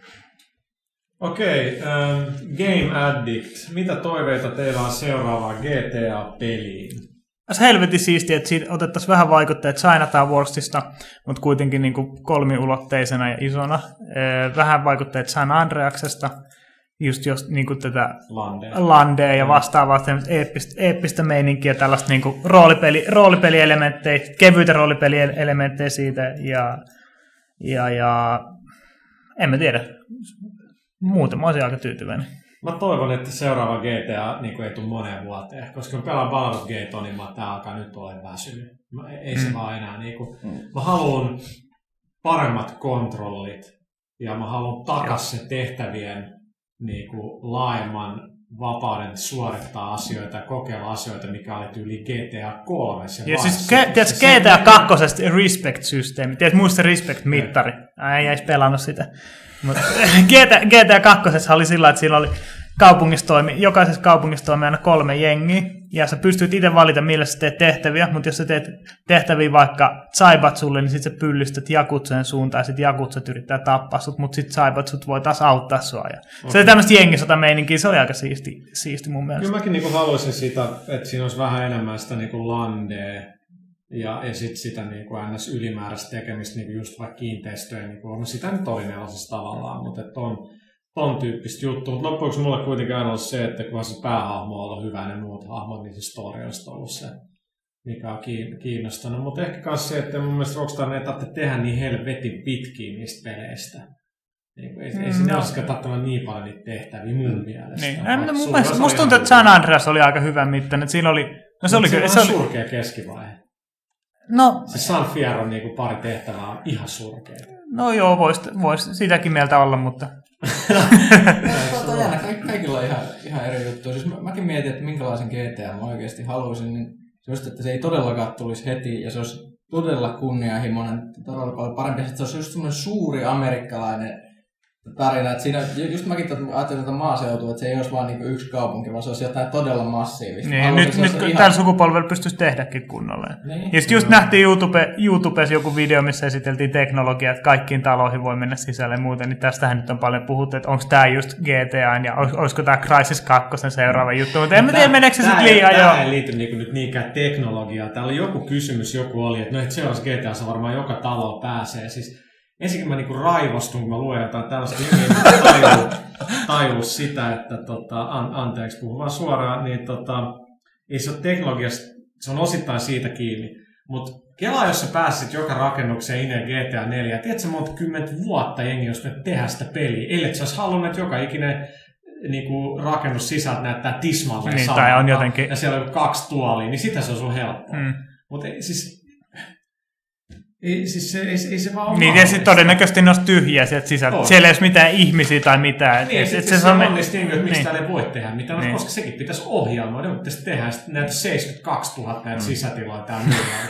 Speaker 1: Okei, okay, um, Game Addict. Mitä toiveita teillä on seuraavaan G T A-peliin?
Speaker 3: Se helvetin siistiä, että siitä otettaisiin vähän vaikutteet Chinatown Warsista, mutta kuitenkin niin kuin kolmiulotteisena ja isona. Vähän vaikutteet San Andreasesta, just jos niin kuin tätä
Speaker 1: Landea,
Speaker 3: Landea ja vastaavaa eeppistä, eeppistä meininkiä, tällaista niin kuin roolipeli, roolipelielementtejä, kevyitä roolipelielementtejä siitä ja, ja, ja en mä tiedä. Muuten mä olisin aika tyytyväinen.
Speaker 1: Mä toivon, että seuraava G T A niin ei tule moneen vuoteen, koska mä pelaan Baldur's Gate, niin mä tää alkaa nyt ole väsynyt. Mä, ei mm. se vaan enää niin kuin, mm. mä haluan paremmat kontrollit ja mä haluan takas se tehtävien niin kuin, laajemman vapauden suorittaa asioita ja kokeilla asioita, mikä oli tyyli G T A kolme.
Speaker 3: Ja siis tiedätkö G T A kaksi respect-systeemi, tiedätkö muista respect-mittari? Ei jäisi pelannut sitä. Mutta G T A kaksi oli sillä, että siinä oli kaupungissa toimi, jokaisessa kaupungissa toimi aina kolme jengiä, ja sä pystyt itse valita, millä sä teet tehtäviä, mutta jos sä teet tehtäviä vaikka Zaibatsulle, niin sit sä pyllistät Jakutsen suuntaan, ja sit Jakutsat yrittää tappaa sut, mutta sit Zaibatsut voi taas auttaa sua. Ja okay. Se oli tämmöistä jengisota-meininkiä, se oli aika siisti, siisti mun mielestä.
Speaker 1: Kyllä mäkin niinku haluaisin sitä, että siinä olisi vähän enemmän sitä niinku landea, ja, ja sitten sitä niinku ns. Ylimääräistä tekemistä niinku just vaikka kiinteistöjä, niinku, no sitä nyt oli nelosessa tavallaan, mutta että on ton tyyppistä juttua. Mutta loppuksi mulle kuitenkin aina ollut se, että kun se päähahmo on ollut hyvä ja ne muut hahmot, niin se story on ollut se, mikä on kiinnostanut. Mutta ehkä myös se, että mun mielestä Rockstar ei tarvitse tehdä niin helvetin pitkiä niistä peleistä. Niin, ei, mm, ei sinne no. olisikaan tarvitse niin paljon niitä tehtäviä mun mielestä.
Speaker 3: Niin. En, mun mielestä, musta tuntuu, että San Andreas oli aika hyvä mittainen. Siinä oli, no se oli,
Speaker 1: se
Speaker 3: se
Speaker 1: oli
Speaker 3: surkea
Speaker 1: keskivaihe.
Speaker 3: No,
Speaker 1: se San Fierron niin pari tehtävää on ihan surkea.
Speaker 3: No joo, voisi vois sitäkin mieltä olla, mutta
Speaker 5: Tuota, jännä, Kaik- kaikilla on ihan, ihan eri juttuja. Siis mä, mäkin mietin, että minkälaisen G T A mä oikeasti haluaisin, niin just, että se ei todellakaan tulisi heti ja se olisi todella kunnianhimoinen, todella paljon parempi, että se olisi just semmoinen suuri amerikkalainen tarina. Että siinä, just mäkin ajattelin tätä maaseutua, että se ei olisi vaan niinku yksi kaupunki, vaan se olisi jotain todella massiivista.
Speaker 3: Niin, nyt, nyt ihan tällä sukupolvella pystyisi tehdäkin kunnolla. Niin. Ja just nähtiin YouTube, YouTubessa joku video, missä esiteltiin teknologiaa, että kaikkiin taloihin voi mennä sisälle ja muuten, niin tästähän nyt on paljon puhuttu, että onko tämä just G T A ja olisiko tämä Crysis kaksi seuraava juttu, mutta en mä tiedä, meneekö se sitten liian jo.
Speaker 1: Tämä ei liity niinku nyt niinkään teknologiaan. Täällä oli joku kysymys, joku oli, että no et seuraavassa G T A:ssa varmaan joka talo pääsee. Siis ensinnäkin mä niinku raivostun, kun mä luen jotain tällaista, niin tajuu, tajuu sitä, että tota, an, anteeksi, puhun vaan suoraan, niin tota, ei se ole teknologiasta, se on osittain siitä kiinni, mutta kelaa, jos sä pääsit joka rakennukseen ineen G T A neljä, tiedätkö monta kymmentä vuotta jengi, jos me tehdään sitä peliä, ellei sä olisi halunnut, että joka ikinen niinku, rakennus sisältä näyttää tismalleen
Speaker 3: niin,
Speaker 1: samalta,
Speaker 3: jotenkin...
Speaker 1: ja siellä on kaksi tuolia, niin sitä se on sun helppoa. Mm. Mutta siis... Ei, siis se, ei, ei se vaan ole
Speaker 3: niin, ja sitten todennäköisesti ne olisi tyhjiä sieltä sisältä. Oh. Siellä ei ole mitään ihmisiä tai mitään.
Speaker 1: Niin, et, et se, se on onnisti, niin, että mistä niin. ei voi tehdä mitään, niin. koska sekin pitäisi ohjaamaan. Ne pitäisi tehdä näitä seitsemänkymmentäkaksituhatta näitä mm. sisätiloja täällä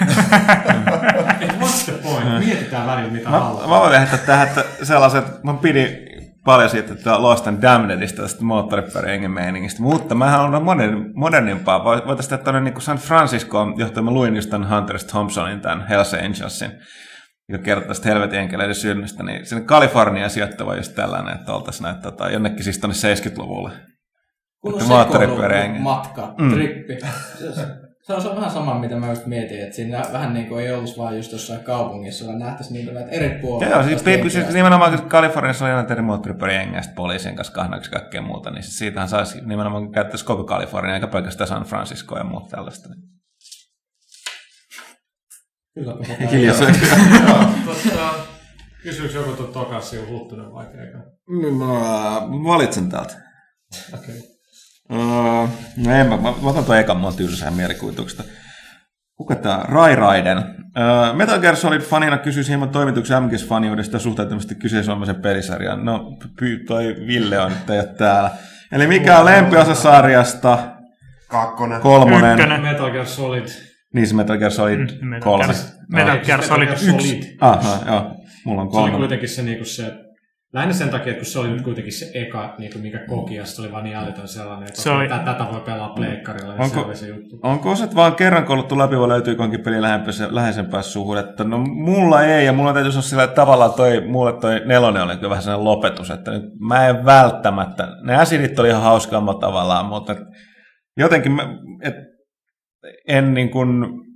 Speaker 1: muualla. What's the point? Mietitään välillä, mitä haluaa.
Speaker 2: Mä voin lähettää tähän, että sellaiset, mä pidin paljon siitä, että Lost and Damnedista, tästä moottoripyöräjengen meiningistä, mutta mä haluan modernimpaa. Voitaisiin tehdä tuonne niin San Franciscoon, johtaen mä luin just tämän Hunter S. Thompsonin, tämän Hells Angelsin, joka kertoo tästä helvetin enkeleiden synnystä, niin sinne Kaliforniaan sijoittava just tällainen, että oltaisiin näitä tota, jonnekin siis tuonne seitsemänkymmentäluvulle.
Speaker 5: Kun on sekoilu matka, mm. trippi. Se on, se on vähän sama, mitä mä just mietin, että siinä vähän niin kuin ei olisi vaan just jossain kaupungissa, vaan nähtäisiin niin näitä eri puolia.
Speaker 2: Joo, siis, siis nimenomaan Kaliforniassa on jotain eri moottoripyöräjengistä poliisien kanssa kahnaksi kaikkea muuta, niin siitähän saisi nimenomaan käyttäisi koko Kalifornia, eikä pelkästään San Francisco ja muuta tällaista.
Speaker 5: Kyllä,
Speaker 1: kysyykö joku tuon Tokassi on Huttunen vai eikä?
Speaker 2: Mä valitsen täältä.
Speaker 1: Okei.
Speaker 2: Uh, no en mä, mä otan tuon ekan, mä oon tylsää mielikuvituksesta. Kuka tää? Rai Raiden. Uh, Metal Gear Solid-fanina kysyisi hieman toimituksen M G S-faniudesta ja suhtautumista kyseisen pelisarjaan. No, py, toi Ville on nyt ei ole täällä. Eli mikä on lempiosa sarjasta?
Speaker 4: Kakkonen.
Speaker 2: Kolmonen.
Speaker 3: Ykkönen.
Speaker 1: Metal Gear Solid.
Speaker 2: Niin se Metal Gear Solid
Speaker 3: Mm,
Speaker 2: kolme.
Speaker 3: Metal Gear Solid yksi.
Speaker 2: Aha, joo. Mulla on
Speaker 1: Se oli
Speaker 2: kolme.
Speaker 1: kuitenkin se, niinku se lähinnä sen takia, että kun se oli nyt kuitenkin se eka, niinku, minkä koki, ja se oli vaan niin älytön sellainen, että
Speaker 3: Se oli-
Speaker 1: tätä voi pelaa pleikkarilla, niin
Speaker 2: Onko-
Speaker 1: se oli se juttu.
Speaker 2: Onko osat vaan kerran koluttu läpi, vai löytyykö onkin peli läheisempää suhdetta? No mulla ei, ja mulla täytyy sanoa sillä, että tavallaan toi, mulle toi nelonen oli kyllä vähän sellainen lopetus, että nyt mä en välttämättä, ne asidit oli ihan hauskaammat tavallaan, mutta jotenkin mä, et, en niin kuin,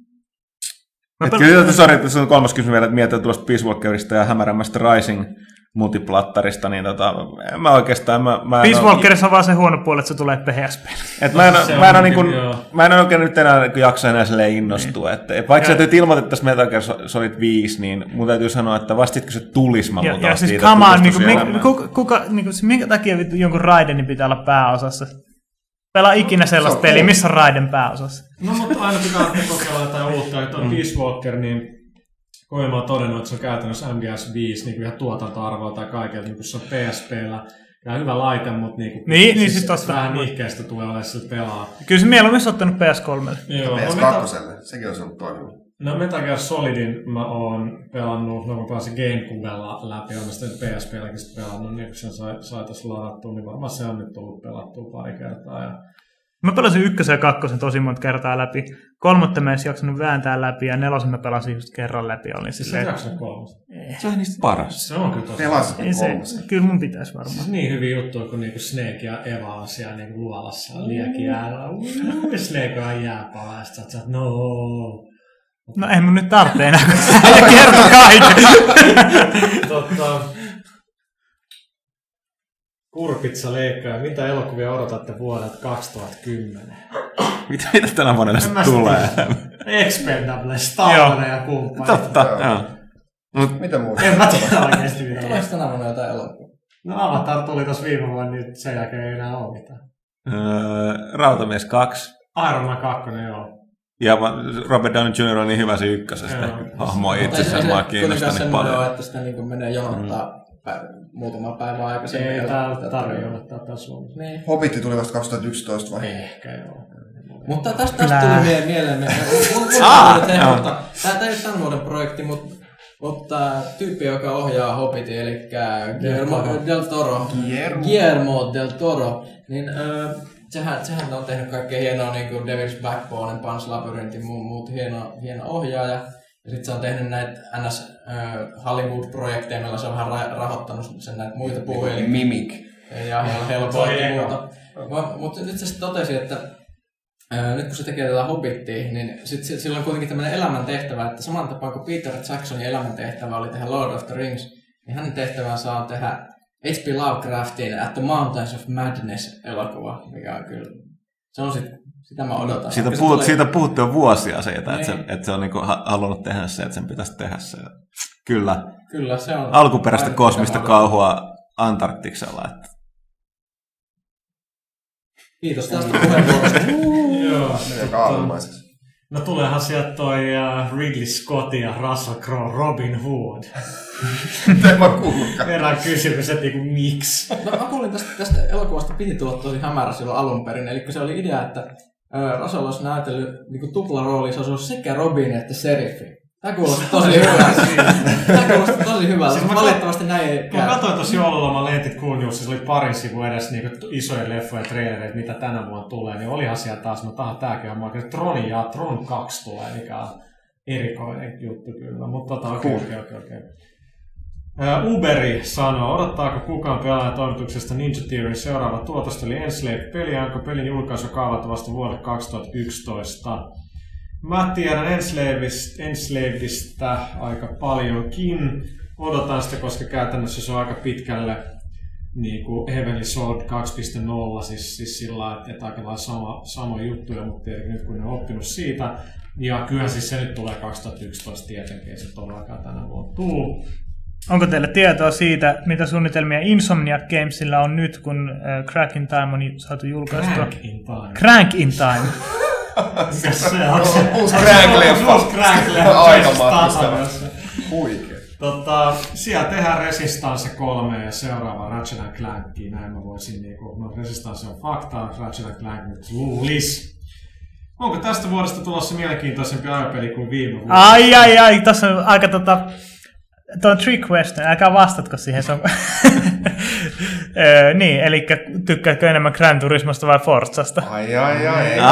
Speaker 2: et kyllä, sori, tässä on kolmas kysymys vielä, että mietin tuosta Peace Walkerista ja hämärämmästä Rising multiplattarista, niin tota, en mä oikeastaan, mä, mä en
Speaker 3: Peace
Speaker 2: ole-
Speaker 3: Walkerissa on vaan se huono puoli, että se tulee P S P.
Speaker 2: Et mä, en,
Speaker 1: Se
Speaker 2: mä, en
Speaker 1: on
Speaker 2: ole niin kuin,
Speaker 1: joo.
Speaker 2: mä en oikein nyt enää niin jaksa enää silleen innostua.
Speaker 3: Niin.
Speaker 2: Että, vaikka
Speaker 3: Ja-
Speaker 2: sä nyt ilmoitit Metal Gear Solid viisi, niin mun täytyy sanoa, että vasta sit, kun se tulisi, mä
Speaker 3: Ja,
Speaker 2: luultavasti
Speaker 3: ja siis
Speaker 2: siitä
Speaker 3: come on,
Speaker 2: tutustuisin
Speaker 3: niinku,
Speaker 2: enemmän.
Speaker 3: minkä, kuka, kuka, niinku, se, minkä takia vittu jonkun Raidenin pitää olla pääosassa? Pelaa ikinä sellaista
Speaker 4: Se on
Speaker 3: peliä,
Speaker 4: cool.
Speaker 3: missä on Raiden pääosassa.
Speaker 1: No mutta aina pitää kokeilla jotain uutta, ja tuo Peace Walker, niin Koima on todennut, että se on käytännössä M G S viisi niin ihan tuotantoarvoa tai kaikilta, niin kun se on P S P:llä. Ja hyvä laite, mutta niin, kuin,
Speaker 3: Niin, niin siis tosta.
Speaker 1: vähän nihkeästä tulee olemaan sillä pelaa.
Speaker 3: Kyllä se mieluummin olisi ottanut P S kolme.
Speaker 1: Joo,
Speaker 4: P S
Speaker 1: no,
Speaker 4: kaksi,
Speaker 1: Metal,
Speaker 4: sekin olisi ollut toiminut.
Speaker 1: no Metal Gear Solidin mä oon pelannut, no mä pelasin Gamecubella läpi, olen sitä P S P:lläkin sitten pelannut, niin kun sen sai, sai tässä ladattua, niin varmaan se on nyt tullut pelattua pari kertaa. Ja
Speaker 3: Mä pelasin ykkösen ja kakkosen tosi monta kertaa läpi. Kolmotta mä en edes jaksanut vääntää läpi ja nelosen mä pelasin just kerran läpi. Olin
Speaker 1: se
Speaker 3: silleen,
Speaker 1: on jaksanut kolmosta.
Speaker 2: Se on niistä paras.
Speaker 1: Se on kyllä tosi.
Speaker 4: Pelasit
Speaker 3: ei se,
Speaker 4: kolmosen.
Speaker 3: kyllä mun pitäisi varmaan.
Speaker 1: Siis niin hyviä juttuja, kun niinku Snake ja Eva on siellä niinku luolassa liekin jäällä. Ja Snake on jääpala ja sit sä oot, no.
Speaker 3: No ei mun nyt tarvitse enää, kun se kertoo kaiken.
Speaker 1: Totta. Kurpitsa leikkaa. Mitä elokuvia odotatte vuodelta kaksituhattakymmenen?
Speaker 2: Mitä, mitä tänä vuonna
Speaker 1: En
Speaker 2: sitten
Speaker 1: mä
Speaker 2: tulee?
Speaker 1: Expendables, Stallone ja kumppanit.
Speaker 2: Totta, joo. Mut
Speaker 4: Mitä muuta?
Speaker 1: En mä tiedä oikeesti mitä.
Speaker 5: Tuleeko tänä vuonna jotain elokuvaa?
Speaker 1: No Avatar tuli tossa viime vuonna, niin sen jälkeen ei enää ole mitään.
Speaker 2: Öö, Rautamies kaksi.
Speaker 1: Iron Man kaksi, joo.
Speaker 2: Ja mä- Robert Downey juniori on niin hyvä se ykkösestä.
Speaker 1: Joo.
Speaker 2: Hahmo
Speaker 5: Mutta
Speaker 2: itsessään mua kiinnostaa
Speaker 5: kuitenkaan
Speaker 2: niin
Speaker 5: semmoinen
Speaker 2: paljon.
Speaker 5: ole, että sitä niin menee jonottaa mm. muutama päivä aikaisemmin.
Speaker 1: Ei
Speaker 5: elokuvaa.
Speaker 1: tää tarvii odottaa tää Suomessa.
Speaker 5: Niin.
Speaker 4: Hobbitti tuli vasta kaksituhattayksitoista vai?
Speaker 1: Ehkä joo.
Speaker 5: Mutta tästä, tästä
Speaker 3: Kyllä.
Speaker 5: tuli mie- mieleen, me- mun- mun
Speaker 2: Ah,
Speaker 5: täytyy tehdä,
Speaker 2: joo.
Speaker 5: mutta tämä ei ole tämän vuoden projekti, mutta, mutta tyyppi, joka ohjaa Hobbitin, eli Guillermo del Toro,
Speaker 4: Guillermo.
Speaker 5: Guillermo del Toro, niin äh, sehän, sehän on tehnyt kaikkea hienoa, niin kuin Devil's Backbone, Pan's Labyrinth, muut, muut hieno, hieno ohjaaja. Ja sitten se on tehnyt näitä N S äh, Hollywood-projekteja, millä se on vähän ra- rahoittanut sen näitä muita puhuja.
Speaker 4: Mimic.
Speaker 5: Ja helppoa
Speaker 1: Toi
Speaker 5: ja
Speaker 1: eka.
Speaker 5: muuta. Mutta nyt se sitten totesi, että ää, nyt kun se tekee tätä Hobbittia, niin sit, sit, sillä on kuitenkin tämmöinen elämäntehtävä, että saman tapaan kuin Peter Jacksonin elämäntehtävä oli tehdä Lord of the Rings, niin hänen tehtävänsä on tehdä H P Lovecraftin At the Mountains of Madness-elokuva, mikä on kyllä, se on sit, sitä mä odotan.
Speaker 2: Siitä,
Speaker 5: Vaikka se
Speaker 2: puhut,
Speaker 5: tulee-
Speaker 2: siitä puhuttu jo vuosia siitä, että se,
Speaker 5: Niin.
Speaker 2: että se on niinku ha- halunnut tehdä se, että sen pitäisi tehdä se. Kyllä.
Speaker 5: Kyllä, se on.
Speaker 2: Alkuperäistä
Speaker 5: ainut,
Speaker 2: kosmista
Speaker 5: mitä mä odotan.
Speaker 2: kauhua Antarktiksella. Että.
Speaker 5: Kiitos tästä puheenvuorosta.
Speaker 1: Joo.
Speaker 4: Menee kaalumaiseksi.
Speaker 1: No tuleehan sieltä toi uh, Ridley Scott ja Russell Crowe, Robin Hood.
Speaker 4: En mä kuullutkaan.
Speaker 1: Herran kysymys, että niinku miksi?
Speaker 5: Mä, mä kuulin tästä, tästä elokuvasta piti tulla tosi hämärä silloin alun perin. Eli se oli idea, että ää, Russell olisi näytellyt niin tuplarooliin, se olisi ollut sekä Robin että seriffi. Tämä kuulosti tosi hyvältä. Tämä kuulosti tosi hyvältä,
Speaker 1: Siis
Speaker 5: mutta
Speaker 1: mä-
Speaker 5: valitettavasti näin ei
Speaker 1: Mä
Speaker 5: käy.
Speaker 1: katsoin tuossa joululoma Lentit Cool Newsissa, oli pari sivua edes niinku isoja leffoja ja trailereita, mitä tänä vuonna tulee, niin olihan siellä taas, no tahan tääkin on makeista. Tron ja Tron kaksi tulee, mikä on erikoinen juttu kyllä, mutta tota, okei, okei, okei, okei. Uberi sanoo, odottaako kukaan pelaajan toimituksesta Ninja Theorin seuraava tuotosta, eli Enslaved-peliä, onko pelin julkaisu kaavattu vasta vuodelle kaksituhattayksitoista? Mä tiedän Enslavedista, Enslavedista aika paljonkin. Odotan sitä, koska käytännössä se on aika pitkälle niin kuin Heavenly Sword kaksi piste nolla, siis, siis sillä että, että aika lailla sama, sama juttuja, mutta tietenkin nyt kun ne on oppinut siitä. Ja kyllä siis se nyt tulee kaksituhattayksitoista tietenkin, ei se todellakaan tänä vuonna tuu.
Speaker 3: onko teillä tietoa siitä, mitä suunnitelmia Insomniac Gamesilla on nyt, kun uh, Crack in Time on saatu julkaistua?
Speaker 1: Crank in Time.
Speaker 3: Crank in Time.
Speaker 4: Uusi Crank-leffa.
Speaker 1: Uusi Crank-leffa.
Speaker 4: Aina matkustava. Huikea.
Speaker 1: Tota, siellä tehdään Resistance kolme ja seuraava Ratchet and Clankia. Näin mä voisin niinku, no Resistance on fakta, Ratchet and Clank nyt luulis. Onko tästä vuodesta tulossa mielenkiintoisempi ajopeli kuin viime vuonna?
Speaker 3: Ai ai ai, tossa on aika tota... Tuo on trick question, älkää vastatko siihen. Se on... öö, niin, eli tykkäätkö enemmän Gran Turismosta vai Forzasta?
Speaker 4: Ai ai ai. Ei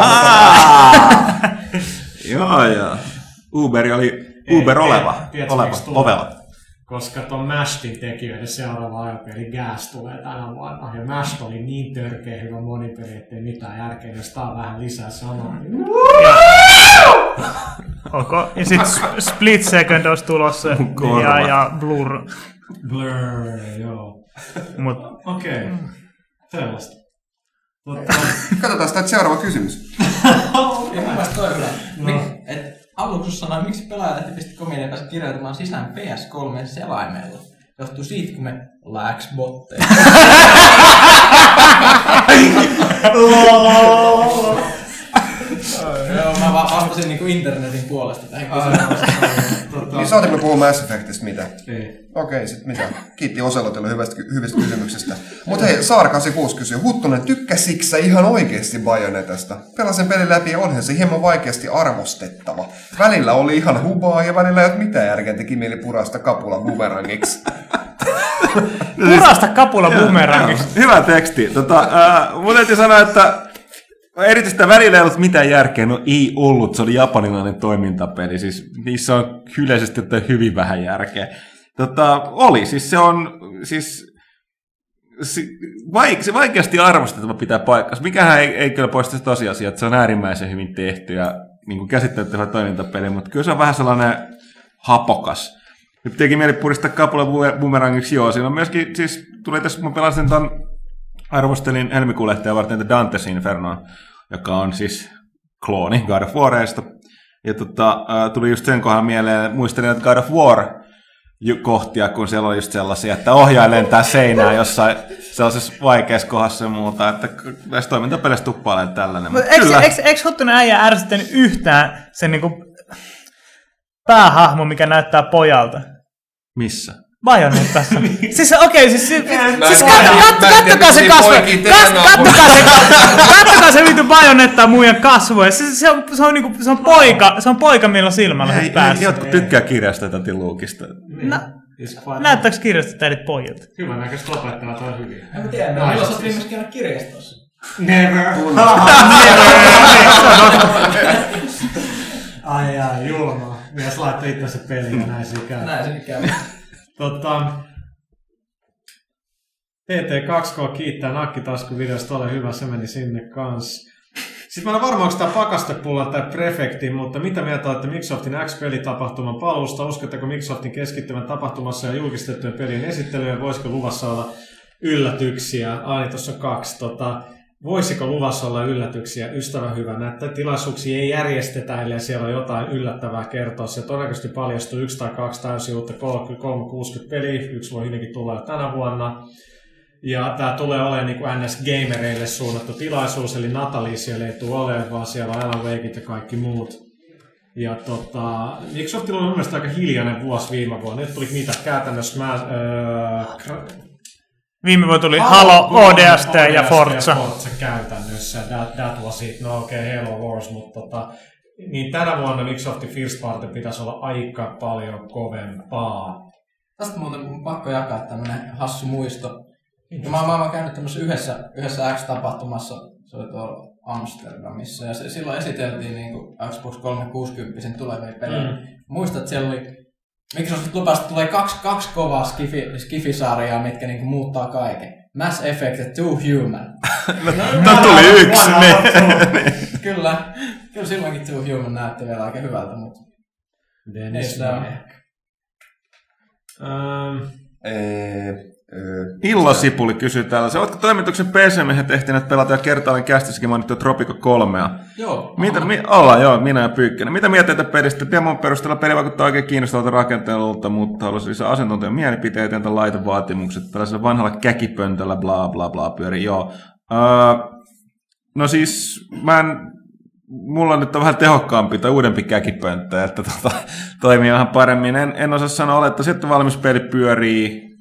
Speaker 2: joo joo. Uberi oli Uber
Speaker 1: Ei,
Speaker 2: oleva.
Speaker 1: tiedätkö,
Speaker 2: oleva.
Speaker 1: miksi tulee?
Speaker 2: Ovella.
Speaker 1: Koska ton Mashdin tekijöiden seuraava ajopeli Gas tulee tänä vuonna. Ja Mashed oli niin törkeä hyvä monipeli, ettei mitään järkeä, jos tää on vähän lisää samaa.
Speaker 3: Okay. Ja sit Split Second olisi tulossa ja, ja Blur.
Speaker 1: Blur, joo.
Speaker 3: Mut...
Speaker 1: Okei, okay. Sellaista. Totta.
Speaker 4: Katsotaan sitä seuraava kysymys.
Speaker 5: Ja mun mielestä toi on hyvä. No. Et aluksi sanoi, miksi pelaajalehti piti piste comille pääsi kirjoittamaan sisään P S kolme selaimella. Johtuu siitä, kun me ollaan X-botteja. Joo, mä vastasin niinku internetin puolesta tähän kysymykseen.
Speaker 4: Niin saatiinko puhua Mass Effectistä mitä?
Speaker 1: Ei.
Speaker 4: Okei, sit mitä? Kiitti Oselotille hyvästä, hyvistä kysymyksistä. Mut hei, Saar kahdeksankymmentäkuusi kysyy, Huttunen, tykkäsitkö sä ihan oikeesti Bayonetasta? Pelasin pelin läpi ja onhan se hieman vaikeasti arvostettava. Välillä oli ihan hubaa ja välillä ei ole mitään järkeä, teki mieli purasta kapula bumerangiksi.
Speaker 3: Purasta kapula bumerangiksi.
Speaker 2: Hyvä teksti. Tota, äh, mun täytyy sanoa, että erityisesti välillä ei ollut mitään järkeä. No ei ollut, se oli japanilainen toimintapeli. Siis niissä on yleisesti hyvin vähän järkeä. Tota, oli, siis se on siis, se, vaik, se vaikeasti arvostettava pitää paikkansa. Mikähän ei, ei kyllä poista se tosiasia, että se on äärimmäisen hyvin tehty ja niin käsittämättömä toimintapeli, mutta kyllä se on vähän sellainen hapokas. Nyt teki mieli puristaa kapula bumerangiksi, joo. Siinä on myöskin, siis tuli tässä, mä pelasin ton, arvostelin helmikuulehteen varten Dante's Inferno, joka on siis klooni God of Warista. Ja tota, tuli just sen kohan mieleen, muistelin, että God of War kohtia, kun siellä oli just sellaisia, että ohjaa lentää seinään jossain sellaisessa vaikeassa kohdassa ja muuta, että näissä toimintapeleissä tuppailee tällainen.
Speaker 3: Mutta eikö, eikö, eikö Huttunen äijä ärsyttänyt yhtään sen niinku päähahmo, mikä näyttää pojalta?
Speaker 2: Missä?
Speaker 3: Bayonettassa. Siis okei, okay, siis, siis, siis kattokaa se kasvo. Kattokaa se, kattokaa se vitu Bayonettaa muijan kasvoja. Se, se, on, se, on niinku, se on poika, se on poika milloin silmällä
Speaker 2: hei, päässä. Jotkut tykkää kirjasta tätä Luukista.
Speaker 3: No, näyttääkö kirjasta täydit pojilta?
Speaker 1: Hyvän näköistä lopettaa, toi on hyviä.
Speaker 5: En tiedä, no, milloin sä oot viimeksi käynyt kirjastossa?
Speaker 1: Never. Ai ai, julmaa. Mies laittoi itsensä peliin ja näin siinä käy.
Speaker 5: Näin se käy.
Speaker 1: Tota, T T kaksi K kiittää Nakkitasku-videosta, ole hyvä, se meni sinne kans. Sitten mä en ole varma, onko tämä pakastepulla tai prefekti, mutta mitä mieltä olette Microsoftin X-pelitapahtuman paluusta? Uskotteko Microsoftin keskittyvän tapahtumassa ja julkistettujen pelien esittelyyn? Voisiko luvassa olla yllätyksiä? Ai, tuossa on kaksi. Tota, voisiko luvassa olla yllätyksiä? Ystävä hyvä, näitä tilaisuuksia ei järjestetä, ellei siellä on jotain yllättävää kertoa. Se todennäköisesti paljastuu yksi tai kaksi täysin uutta kolmesataakuusikymmentä peliä. Yksi voi hyvinkin tulla jo tänä vuonna. Ja tämä tulee olemaan niin kuin N S-gamereille suunnattu tilaisuus, eli Natalie siellä ei tule olemaan, vaan siellä on Alan Wakeit ja kaikki muut. Ja tota, Microsoftilla oli mielestäni aika hiljainen vuosi viime vuonna. Nyt tuli mitä käytännössä mä... Öö,
Speaker 3: Viime vuonna tuli Halo, O D S T ja Forza.
Speaker 1: Forza käytännössä, that, that was it. No okei, okay, Halo Wars, mutta tota, niin tänä vuonna Microsoftin First Party pitäisi olla aika paljon kovempaa.
Speaker 5: Tästä muuten pakko jakaa tämmönen hassu muisto. Mä, mä oon käynyt tämmöisessä yhdessä, yhdessä X-tapahtumassa, se oli tuolla Amsterdamissa, ja se, silloin esiteltiin niinku Xbox kolmesataakuusikymmentä tulevia pelejä. Mm. Muistat, että siellä oli, Microsoft lupasi, että tulee kaksi, kaksi kovaa skifi, skifisarjaa, mitkä niinku muuttaa kaiken. Mass Effect ja Too Human.
Speaker 2: No tuli yksi, niin.
Speaker 5: Kyllä, kyllä silloinkin Too Human näytti vielä aika hyvältä, mutta
Speaker 1: Dennis
Speaker 5: ei sitä
Speaker 1: um.
Speaker 4: Ee,
Speaker 2: Illo Sipuli kysyy täällä. Oletko toimituksen P C-miehet ehtineet pelata ja kertaalleen kästissäkin mainittua Tropico kolmea?
Speaker 5: Joo.
Speaker 2: Mitä, mi, ollaan, joo, minä ja Pyykkönen. Mitä mieltä pelistä? Demon perusteella peli vaikuttaa oikein kiinnostavalta rakenteelta, mutta haluaisin lisää asiantuntijan mielipiteitä ja laitevaatimukset. Tällaisella vanhalla käkipöntöllä bla bla bla pyöri. Joo. Öö, no siis, mä en, mulla nyt on vähän tehokkaampi tai uudempi käkipönttö, että tota, toimii vähän paremmin. En, en osaa sanoa, olettaisiin, että valmis peli pyörii.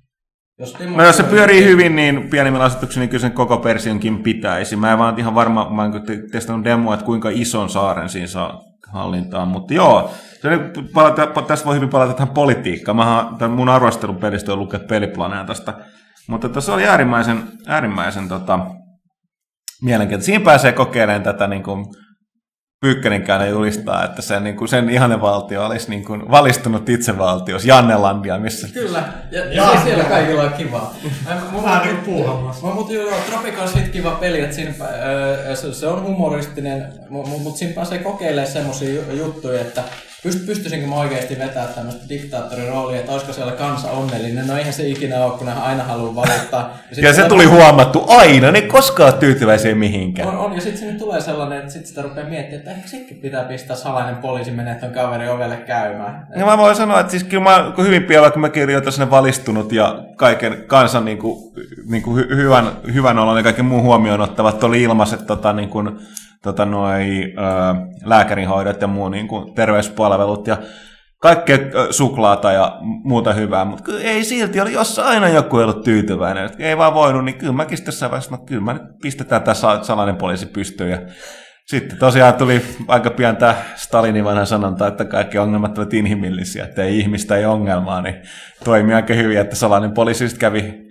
Speaker 2: Jos no jos se pyörii hyvin, niin pienimmillä asetuksilla niin kyllä sen koko versionkin pitäisi. Mä en vaan ihan varma, mä en testannut demoa, että kuinka ison saaren siinä saa hallintaan. Mutta joo, palata, tässä voi hyvin palata tähän politiikkaan. Mä mun arvostelun pelistä on lukea peliplaneetasta. Mutta tässä oli äärimmäisen, äärimmäisen tota, mielenkiintoista. Siinä pääsee kokeilemaan tätä niin kuin Pyykkönenkään ei julistaa, että sen, niin kuin, sen ihannevaltio olisi niin kuin, valistunut itsevaltios, Jannelandia, missä...
Speaker 5: Kyllä, ja, ja siis siellä kaikilla on kivaa.
Speaker 1: Mä oon nyt puuhamassa.
Speaker 5: Mutta joo, Tropico on siitä kiva peli, että siinä, äh, se, se on humoristinen, mutta mut siinä pääsee kokeilemaan semmosia juttuja, että pyst, pystyisinkö mä oikeasti vetämään tämmöistä diktaattorin roolia, että olisiko siellä kansa onnellinen. No eihän se ikinä ole, kun ne aina haluaa valittaa.
Speaker 2: Ja, ja se tuli on... huomattu aina, ne koskaan tyytyväisiä mihinkään.
Speaker 5: On, on, ja sitten sinne tulee sellainen, että sit sitä rupeaa miettimään, että ehkä sitkin pitää pistää salainen poliisi menee ton kaverin ovelle käymään.
Speaker 2: Ja mä voin sanoa, että siis kyllä mä kun hyvin pian, vaikka mäkin olin sinne valistunut ja kaiken kansan niin kuin, niin kuin hy, hyvän, hyvän olon ja kaiken muun huomioon ottavat oli ilmaiset tota, niin kuin, tota, noi, ö, lääkärinhoidot ja muu niin kuin terveyspalvelut ja kaikkea suklaata ja muuta hyvää, mutta ei silti, oli jossain aina joku ollut tyytyväinen. Ei vaan voinut, niin kyllä mäkin tässä vaiheessa, no kyllä mä nyt pistetään tämä salainen poliisi pystyyn. Ja sitten tosiaan tuli aika pian tämä Stalinin vanha sanonta, että kaikki ongelmat ovat inhimillisiä, että ei ihmistä ei ongelmaa, niin toimii aika hyvin, että salainen poliisi kävi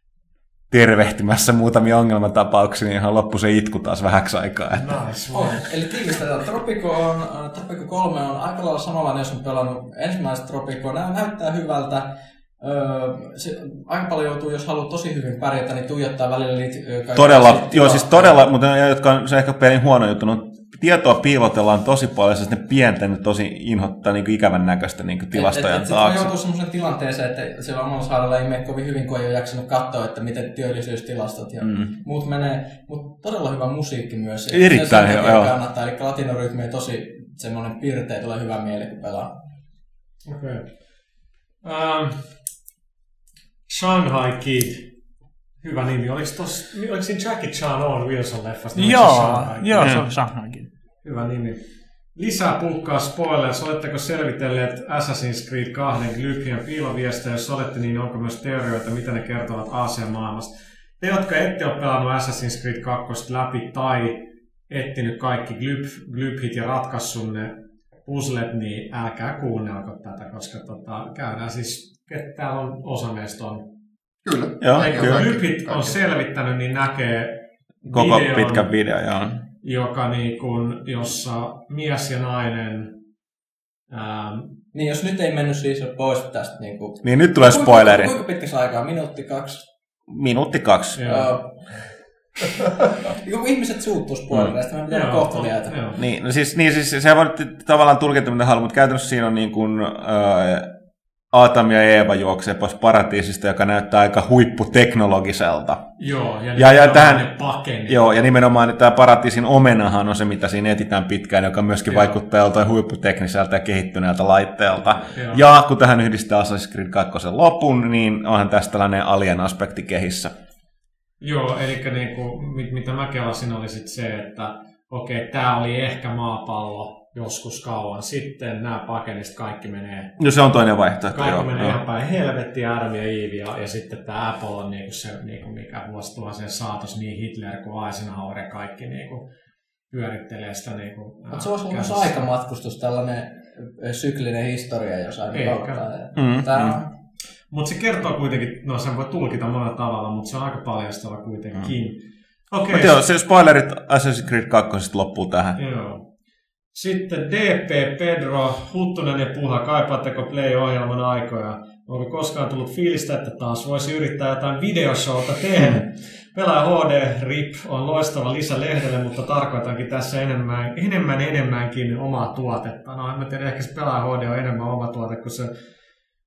Speaker 2: tervehtimässä muutamia ongelmatapauksia, niin ihan loppu se itku taas vähäksi aikaa.
Speaker 5: Nice. On. Eli tiivistetään. Tropico, on, Tropico kolme on aika lailla samanlainen, jos on pelannut ensimmäistä Tropicoa. Nämä näyttää hyvältä. Öö, se, aika paljon joutuu, jos haluaa tosi hyvin pärjätä, niin tuijottaa välillä niitä...
Speaker 2: Todella, joo siis todella, mutta jotka on se ehkä pelin huono juttu, no, tietoa piilotellaan tosi paljon, se pienten tosi inhottaa niin ikävän näköistä niin tilastojen et, et, taakse. Sitten voi joutua sellaiseen tilanteeseen, että siellä omalla saarella ei mene kovin hyvin, kun ei ole jaksanut katsoa, että miten työllisyystilastot ja mm. muut menee. Mutta todella hyvä musiikki myös. Erittäin hyvä, joo.
Speaker 5: Kannattaa, eli latinorytmi on tosi semmoinen piirtein, tulee hyvä mieli, kun pelaa.
Speaker 1: Okei. Okay. Um, Shanghai Kid. Hyvä nimi. Oliko, tos, oliko siinä Jackie Chan Owen Wilson-leffasta?
Speaker 3: Joo, joo, se on Shanghai Kid.
Speaker 1: Hyvä nimi. Lisää pulkkaa spoilers. Oletteko selvitelleet Assassin's Creed kahden Glyphien piiloviestejä? Jos olette, niin onko myös teorioita, mitä ne kertovat Aasian-maailmasta? Te, jotka ette ole pelannut Assassin's Creed kaksi läpi tai etsinyt kaikki Glyphit ja ratkaissut ne puzzlet, niin älkää kuunnelko tätä, koska tota, käydään siis, että täällä on osa meistä on.
Speaker 4: Kyllä.
Speaker 1: Joo, kyllä. Glyphit on selvittänyt, niin näkee
Speaker 2: koko
Speaker 1: videon,
Speaker 2: pitkä video, joo.
Speaker 1: Joka niin kuin, jossa mies ja nainen... Ähm,
Speaker 5: niin jos nyt ei mennyt siis pois tästä... Niin, kuin,
Speaker 2: niin nyt tulee spoileri.
Speaker 5: Kuinka pitkä se aikaa? Minuutti kaksi?
Speaker 2: Minuutti kaksi.
Speaker 5: Joo. Joku ihmiset suuttuu spoilereista, mä pitää kohta liätä.
Speaker 2: Niin, no siis, niin, siis se voi tavallaan tulkita mitä haluaa, mutta käytännössä siinä on niin kuin... Öö, Adam ja Eeva juoksee pois paratiisista, joka näyttää aika huipputeknologiselta.
Speaker 1: Joo, ja,
Speaker 2: ja, ja
Speaker 1: tähän, pakeni.
Speaker 2: Joo, ja nimenomaan tämä paratiisin omenahan on se, mitä siinä etitään pitkään, joka myöskin joo. vaikuttaa joltain huipputekniseltä ja kehittyneeltä laitteelta. Joo. Ja kun tähän yhdistää Assassin's Creed kaksi lopun, niin onhan tästä tällainen alien-aspekti kehissä.
Speaker 1: Joo, eli niin kuin, mitä mä kelasin oli sit se, että okei, tämä oli ehkä maapallo, joskus kauan sitten nämä pakenista kaikki menee...
Speaker 2: No se on toinen vaihtoehto,
Speaker 1: Kaikki
Speaker 2: joo.
Speaker 1: menee ihan päin helvettiä, Adam ja Eve, ja, ja sitten tämä Apple on niinku se, niinku mikä vuosituhansien saatossa, niin Hitler kuin Eisenhower ja kaikki niinku pyörittelee sitä niinku...
Speaker 5: Mutta se olisi myös aikamatkustus, tällainen syklinen historia, jos aina kauttaa.
Speaker 2: Mm,
Speaker 5: Tämä...
Speaker 2: mm.
Speaker 1: Mutta se kertoo kuitenkin, no sen voi tulkita monella tavalla, mutta se on aika paljastava kuitenkin. Mm. Okay.
Speaker 2: Mutta joo, se spoilerit Assassin's Creed kaksi loppuu tähän.
Speaker 1: Joo. Sitten D P Pedro, Huttunen ja Puha, kaipaatteko Play-ohjelman aikoja? Onko koskaan tullut fiilistä, että taas voisi yrittää jotain videoshowta tehdä? Pelaa H D R I P on loistava lisä lehdelle, mutta tarkoitankin tässä enemmän, enemmän enemmänkin omaa tuotetta. No en mä tiedä, ehkä se Pelaa H D on enemmän oma tuote kuin se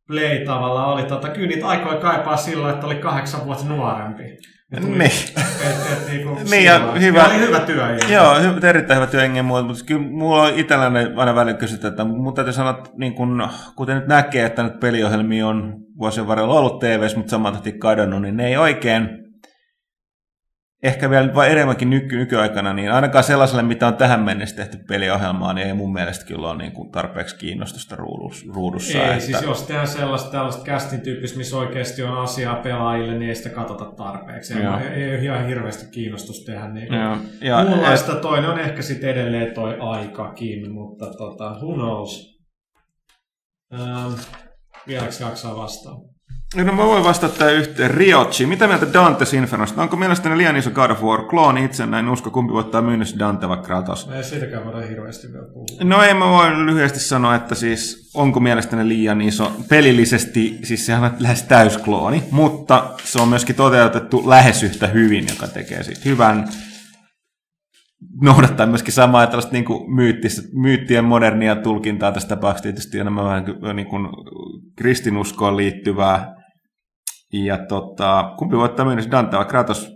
Speaker 1: Play tavallaan oli, tota, kyllä niitä aikoja kaipaa silloin, että oli kahdeksan vuotta nuorempi.
Speaker 2: Niin.
Speaker 1: Et, et, niinku
Speaker 2: niin ja hyvä,
Speaker 1: ja oli hyvä työ.
Speaker 2: Joo, hy, erittäin hyvä työjengi, mutta kyllä mulla on itselläni aina välillä kysytty, että mun täytyy sanoa, että niin kun, kuten nyt näkee, että nyt peliohjelmia on vuosien varrella ollut T V:ssä, mutta saman tahtiin kadonnut, niin ne ei oikein, ehkä vielä vain enemmänkin nyky, nykyaikana, niin ainakaan sellaiselle, mitä on tähän mennessä tehty peliohjelmaa, niin ei mun mielestä kyllä ole niin kuin tarpeeksi kiinnostusta ruudussa.
Speaker 1: Ei,
Speaker 2: että...
Speaker 1: siis jos tehdään sellaista tällaista casting tyyppistä, missä oikeasti on asiaa pelaajille, niin ei sitä katsota tarpeeksi. Ei, ei, ei ole ihan hirveästi kiinnostusta tehdä niin muunlaista. Et... Toinen on ehkä sitten edelleen toi aikakin, mutta tota, who knows. Ähm, vieläkö jaksaa vastaan?
Speaker 2: No mä voin vastata tähän yhteen. Riochi, mitä mieltä Dante's Infernosta? Onko mielestäni liian iso God of War-klooni itse? Näin usko, kumpi voittaa myynnissä Dante vai Kratos?
Speaker 1: Ei siitäkään voida hirveästi vielä puhua.
Speaker 2: No ei, mä voin lyhyesti sanoa, että siis onko mielestäni liian iso. Pelillisesti, siis sehän on lähes täysklooni, mutta se on myöskin toteutettu lähes yhtä hyvin, joka tekee siitä hyvän. Noudattaa myöskin samaa tällaista niin kuin myyttistä, myyttien modernia tulkintaa tästä tapauksessa tietysti enemmän vähän niin kuin kristinuskoon liittyvää. Ja tota, kumpi voittaa myynnissä, Dante vai Kratos?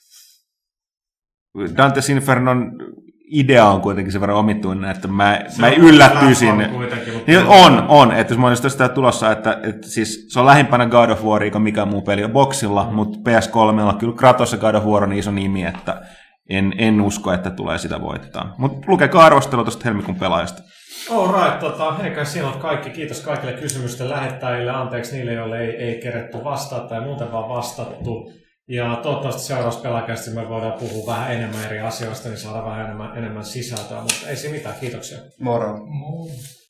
Speaker 2: Dante's Infernon idea on kuitenkin sen verran omituinen, että mä, mä yllättyisin. Niin on, on. Että jos mä olisin sitä tulossa, että, että siis se on lähimpänä God of Waria kuin mikä muu peli on boksilla, mm. mutta P S kolme on kyllä Kratos ja God of War on iso nimi, että en, en usko, että tulee sitä voittaa. Mutta lukekaa arvostelu tuosta helmikuun pelaajasta.
Speaker 1: All right, tota, eikä siinä on kaikki. Kiitos kaikille kysymysten lähettäjille. Anteeksi niille, joille ei, ei keretty vastata tai muuten vaan vastattu. Ja toivottavasti seuraavassa pelaajakästi me voidaan puhua vähän enemmän eri asioista, niin saadaan vähän enemmän, enemmän sisältöä. Mutta ei siinä mitään. Kiitoksia.
Speaker 4: Moro.
Speaker 1: Moro.